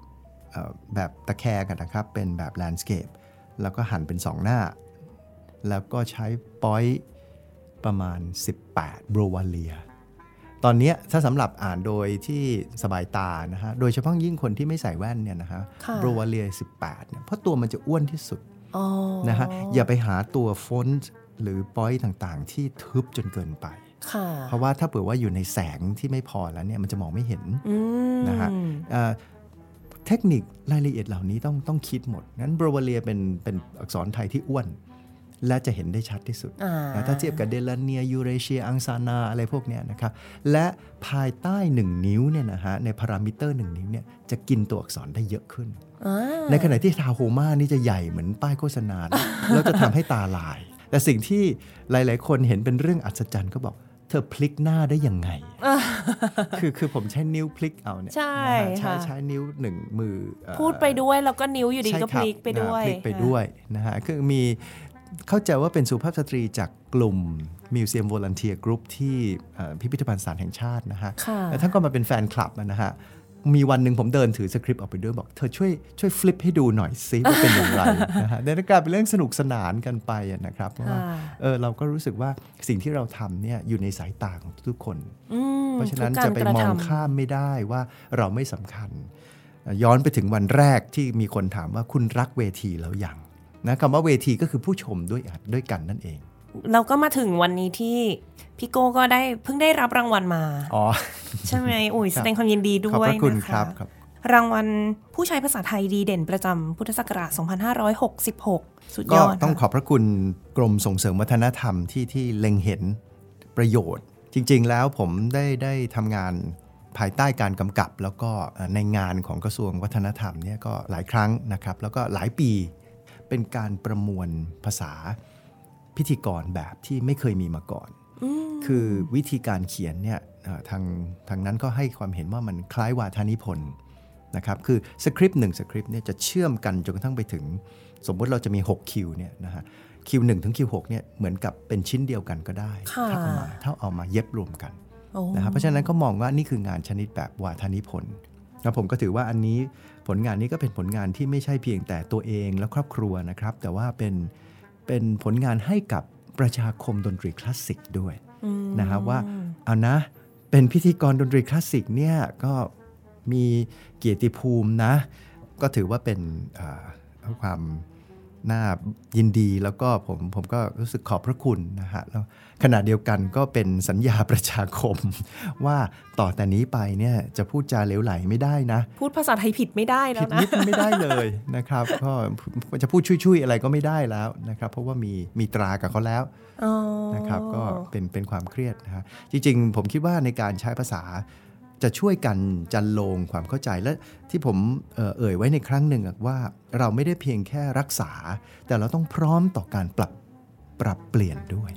แบบตะแคงกันนะครับเป็นแบบแลนด์สเคปแล้วก็หั่นเป็น2หน้าแล้วก็ใช้ปอยต์ประมาณ18โบรวาเลียตอนนี้ถ้าสำหรับอ่านโดยที่สบายตานะฮะโดยเฉพาะยิ่งคนที่ไม่ใส่แว่นเนี่ยนะฮะโบรวาเลีย18เนี่ยเพราะตัวมันจะอ้วนที่สุดนะฮะอย่าไปหาตัวฟอนต์หรือปอยต์ต่างๆที่ทึบจนเกินไปเพราะว่าถ้าเผื่อว่าอยู่ในแสงที่ไม่พอแล้วเนี่ยมันจะมองไม่เห็นนะฮะเทคนิครายละเอียดเหล่านี้ต้องคิดหมดงั้นโบรวาเลียเป็นอักษรไทยที่อ้วนและจะเห็นได้ชัดที่สุดนะถ้าเทียบกับเดลาเนียยูเรเชียอังซานาอะไรพวกนี้นะครับและภายใต้1นิ้วเนี่ยนะฮะในพารามิเตอร์1นิ้วเนี่ยจะกินตัวอักษรได้เยอะขึ้นในขณะที่ทาโฮมานี่จะใหญ่เหมือนป้ายโฆษณาแล้วจะทำให้ตาลายแต่สิ่งที่หลายๆคนเห็นเป็นเรื่องอัศจรรย์ก็บอกเธอพลิกหน้าได้ยังไง คือผมใช้นิ้วพลิกเอาเนี่ยใช้นิ้ว1มือ
พูดไปด้วยแล้วก็นิ้วอยู่ดีก็พลิกไปด้วย
พลิกไปด้วยนะฮะคือมีเข้าใจว่าเป็นสุภาพสตรีจากกลุ่ม Museum Volunteer Group ที่พิพิธภัณฑ์สถานแห่งชาตินะฮะแล้วท่านก็มาเป็นแฟนคลับนะฮะมีวันหนึ่งผมเดินถือสคริปต์ออกไปด้วยบอกเธอช่วยฟลิปให้ดูหน่อยซิว่าเป็นอย่างไรนะฮะได้กลายเป็นเรื่องสนุกสนานกันไปนะครับเพราะว่าเราก็รู้สึกว่าสิ่งที่เราทำเนี่ยอยู่ในสายตาของทุกคนเพราะฉะนั้นจะไปมองข้ามไม่ได้ว่าเราไม่สำคัญย้อนไปถึงวันแรกที่มีคนถามว่าคุณรักเวทีแล้วยังนะคำว่าเวทีก็คือผู้ชมด้วยกันนั่นเอง
เราก็มาถึงวันนี้ที่พี่โก้ก็เพิ่งได้รับรางวัลมาใช่ไหมแสดงความยินดีด้วยนะคะรางวัลผู้ใช้ภาษาไทยดีเด่นประจำพุทธศักราช2566สุดยอด
ก็ต้องขอบพระคุณกรมส่งเสริมวัฒนธรรมที่เล็งเห็นประโยชน์จริงๆแล้วผมได้ทำงานภายใต้การกำกับแล้วก็ในงานของกระทรวงวัฒนธรรมเนี่ยก็หลายครั้งนะครับแล้วก็หลายปีเป็นการประมวลภาษาพิธีกรแบบที่ไม่เคยมีมาก่อนคือวิธีการเขียนเนี่ยทางนั้นก็ให้ความเห็นว่ามันคล้ายวาทนิพนธ์นะครับคือสคริปต์1สคริปต์เนี่ยจะเชื่อมกันจนกระทั่งไปถึงสมมติเราจะมี6คิวเนี่ยนะฮะคิว1ถึงคิว6เนี่ยเหมือนกับเป็นชิ้นเดียวกันก็ได้ถ้าเอามาเย็บรวมกันนะครับเพราะฉะนั้นก็มองว่านี่คืองานชนิดแบบวาทนิพนธ์แล้วผมก็ถือว่าอันนี้ผลงานนี้ก็เป็นผลงานที่ไม่ใช่เพียงแต่ตัวเองและครอบครัวนะครับแต่ว่าเป็นผลงานให้กับประชาคมดนตรีคลาสสิกด้วยนะครับว่าเอานะเป็นพิธีกรดนตรีคลาสสิกเนี่ยก็มีเกียรติภูมินะก็ถือว่าเป็นความน่ายินดีแล้วก็ผมก็รู้สึกขอบพระคุณนะฮะแล้วขณะเดียวกันก็เป็นสัญญาประชาคมว่าต่อแต่นี้ไปเนี่ยจะพูดจาเหลวไหลไม่ได้นะ
พูดภาษาไทยผิดไม่ได้แล้วนะ
ผิดนิดไม่ได้เลยนะครับก็จะพูดช่วยๆอะไรก็ไม่ได้แล้วนะครับเพราะว่ามีตรากับเขาแล้วนะครับก็เป็นความเครียดนะฮะจริงๆผมคิดว่าในการใช้ภาษาจะช่วยกันจันโลงความเข้าใจและที่ผมเอ่ยไว้ในครั้งหนึ่งว่าเราไม่ได้เพียงแค่รักษาแต่เราต้องพร้อมต่อการปรับเปลี่ยนด้วย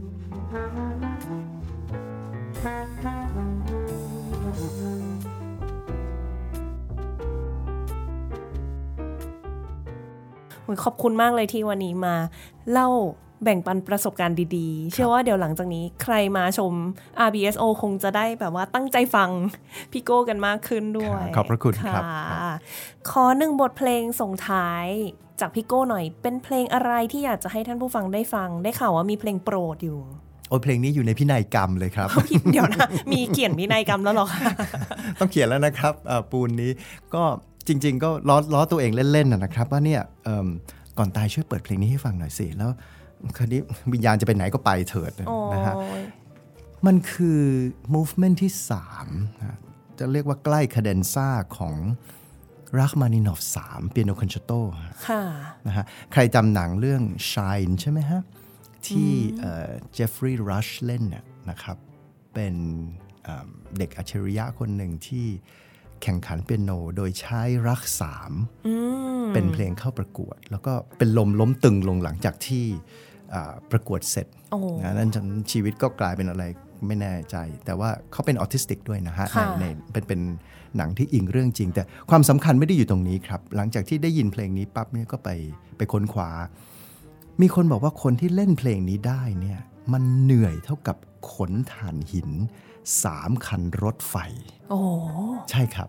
ขอบคุณมากเลยที่วันนี้มาเล่าแบ่งปันประสบการณ์ดีๆเชื่อว่าเดี๋ยวหลังจากนี้ใครมาชม RBSO คงจะได้แบบว่าตั้งใจฟังพี่โก้กันมากขึ้นด้วย
ขอบพระคุณครับ
ขอ1บทเพลงส่งท้ายจากพี่โก้หน่อยเป็นเพลงอะไรที่อยากจะให้ท่านผู้ฟังได้ฟังได้ข่าวว่ามีเพลงโปรดอยู่
เพลงนี้อยู่ในพินัยกรรมเลยครับ
เดี๋ยวนะมีเขียนพินัยกรรมแล้วหรอคะ
ต้องเขียนแล้วนะครับปูนนี้ก็จริงๆก็ล้อตัวเองเล่นๆนะครับว่าเนี่ยก่อนตายช่วยเปิดเพลงนี้ให้ฟังหน่อยสิแล้วคราวนี้วิญญาณจะไปไหนก็ไปเถิดนะฮะมันคือ movement ที่3นะจะเรียกว่าใกล้คาเดนซ่าของรัคมานินอฟ3 Piano Concerto
ค่ะ
นะฮะใครจำหนังเรื่อง Shine ใช่ไหมฮะที่เจฟฟรีย์รัชเล่นนะครับเป็นเด็กอัจฉริยะคนหนึ่งที่แข่งขันเปียโนโดยใช้รัก3เป็นเพลงเข้าประกวดแล้วก็เป็นล้มตึงลงหลังจากที่ประกวดเสร็จนั้นชีวิตก็กลายเป็นอะไรไม่แน่ใจแต่ว่าเขาเป็นออทิสติกด้วยนะฮะเป็นหนังที่อิงเรื่องจริงแต่ความสำคัญไม่ได้อยู่ตรงนี้ครับหลังจากที่ได้ยินเพลงนี้ปั๊บเนี่ยก็ไปค้นคว้ามีคนบอกว่าคนที่เล่นเพลงนี้ได้เนี่ยมันเหนื่อยเท่ากับขนถ่านหิน3 คันรถไฟใช่ครับ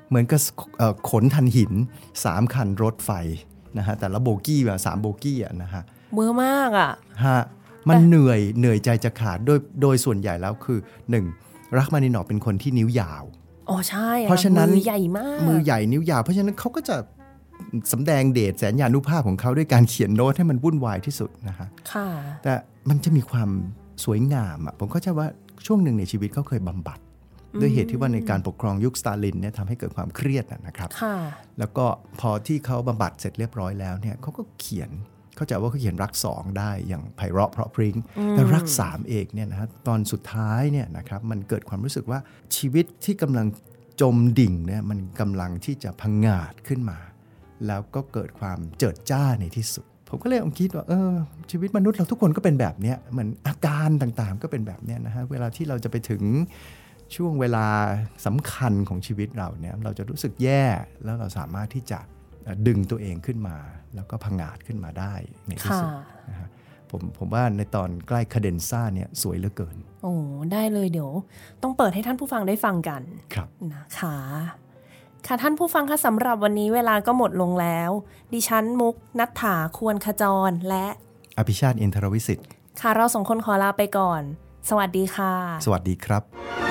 เหมือนกับขนทันหิน3คันรถไฟนะฮะแต่ละโบกี้แบบ3โบกี้อ่ะนะฮะ
เมื่อมากอ่ะ
มันเหนื่อยใจจะขาดโดยส่วนใหญ่แล้วคือ1รักมานินอฟเป็นคนที่นิ้วยาว
อ๋อใช่
เพราะฉะนั้น
มือใหญ่มาก
มือใหญ่นิ้วยาวเพราะฉะนั้นเขาก็จะสำแดงเดชแสนยานุภาพของเขาด้วยการเขียนโน้ตให้มันวุ่นวายที่สุดนะฮะแต่มันจะมีความสวยงามอ่ะผมเข้าใจว่าช่วงหนึ่งในชีวิตเขาเคยบำบัดด้วยเหตุที่ว่าในการปกครองยุคสตาลินเนี่ยทำให้เกิดความเครียดนะครับแล้วก็พอที่เขาบำบัดเสร็จเรียบร้อยแล้วเนี่ยเขาก็เขียนเข้าใจว่าเขาเขียนรัก2ได้อย่างไพเราะเพราะพริ้งแต่รัก3เอกเนี่ยนะตอนสุดท้ายเนี่ยนะครับมันเกิดความรู้สึกว่าชีวิตที่กำลังจมดิ่งเนี่ยมันกำลังที่จะพังงาดขึ้นมาแล้วก็เกิดความเจิดจ้าในที่สุดผมก็เลยคิดว่าชีวิตมนุษย์เราทุกคนก็เป็นแบบนี้เหมือนอาการต่างๆก็เป็นแบบนี้นะฮะเวลาที่เราจะไปถึงช่วงเวลาสำคัญของชีวิตเราเนี่ยเราจะรู้สึกแย่แล้วเราสามารถที่จะดึงตัวเองขึ้นมาแล้วก็พังงาดขึ้นมาได้ในที่สุดนะฮะผมว่าในตอนใกล้คาเดนซ่าเนี่ยสวยเหลือเกิน
โอ้ได้เลยเดี๋ยวต้องเปิดให้ท่านผู้ฟังได้ฟังกัน
ครับ
นะคะค่ะท่านผู้ฟังคะสำหรับวันนี้เวลาก็หมดลงแล้วดิฉันมุกณัฐฐาควรขจรและ
อภิชาติอินทรวิสิทธิ์
ค่ะเรา2คนขอลาไปก่อนสวัสดีค่ะ
สวัสดีครับ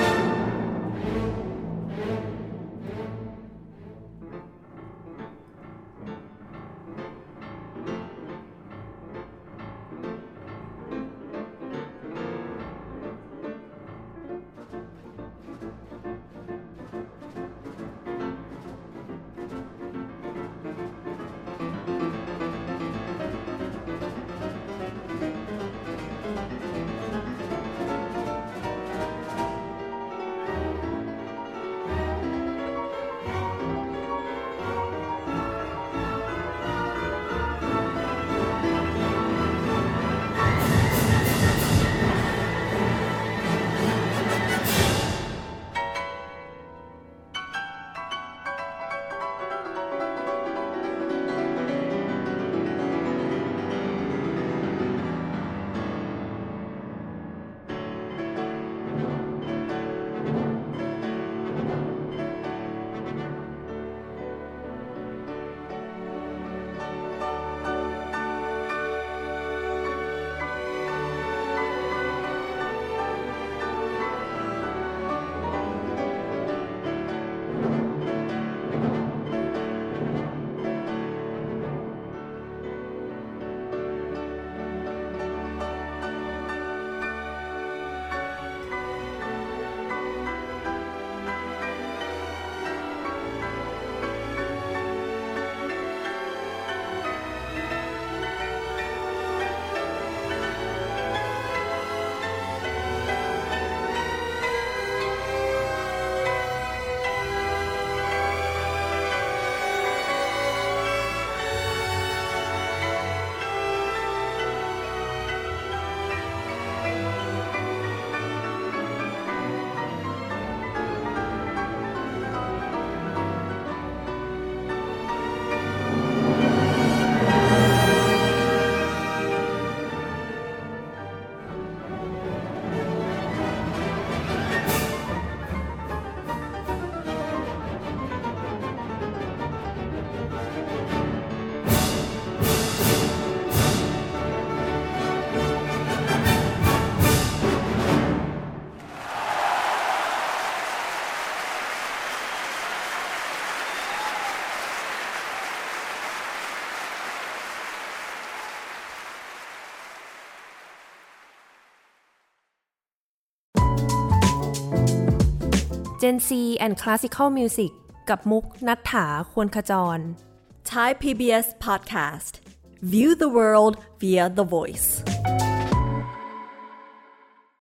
Gen C and Classical Music กับมุกณัฐฐาควรขจร
Thai PBS Podcast View the world via the voice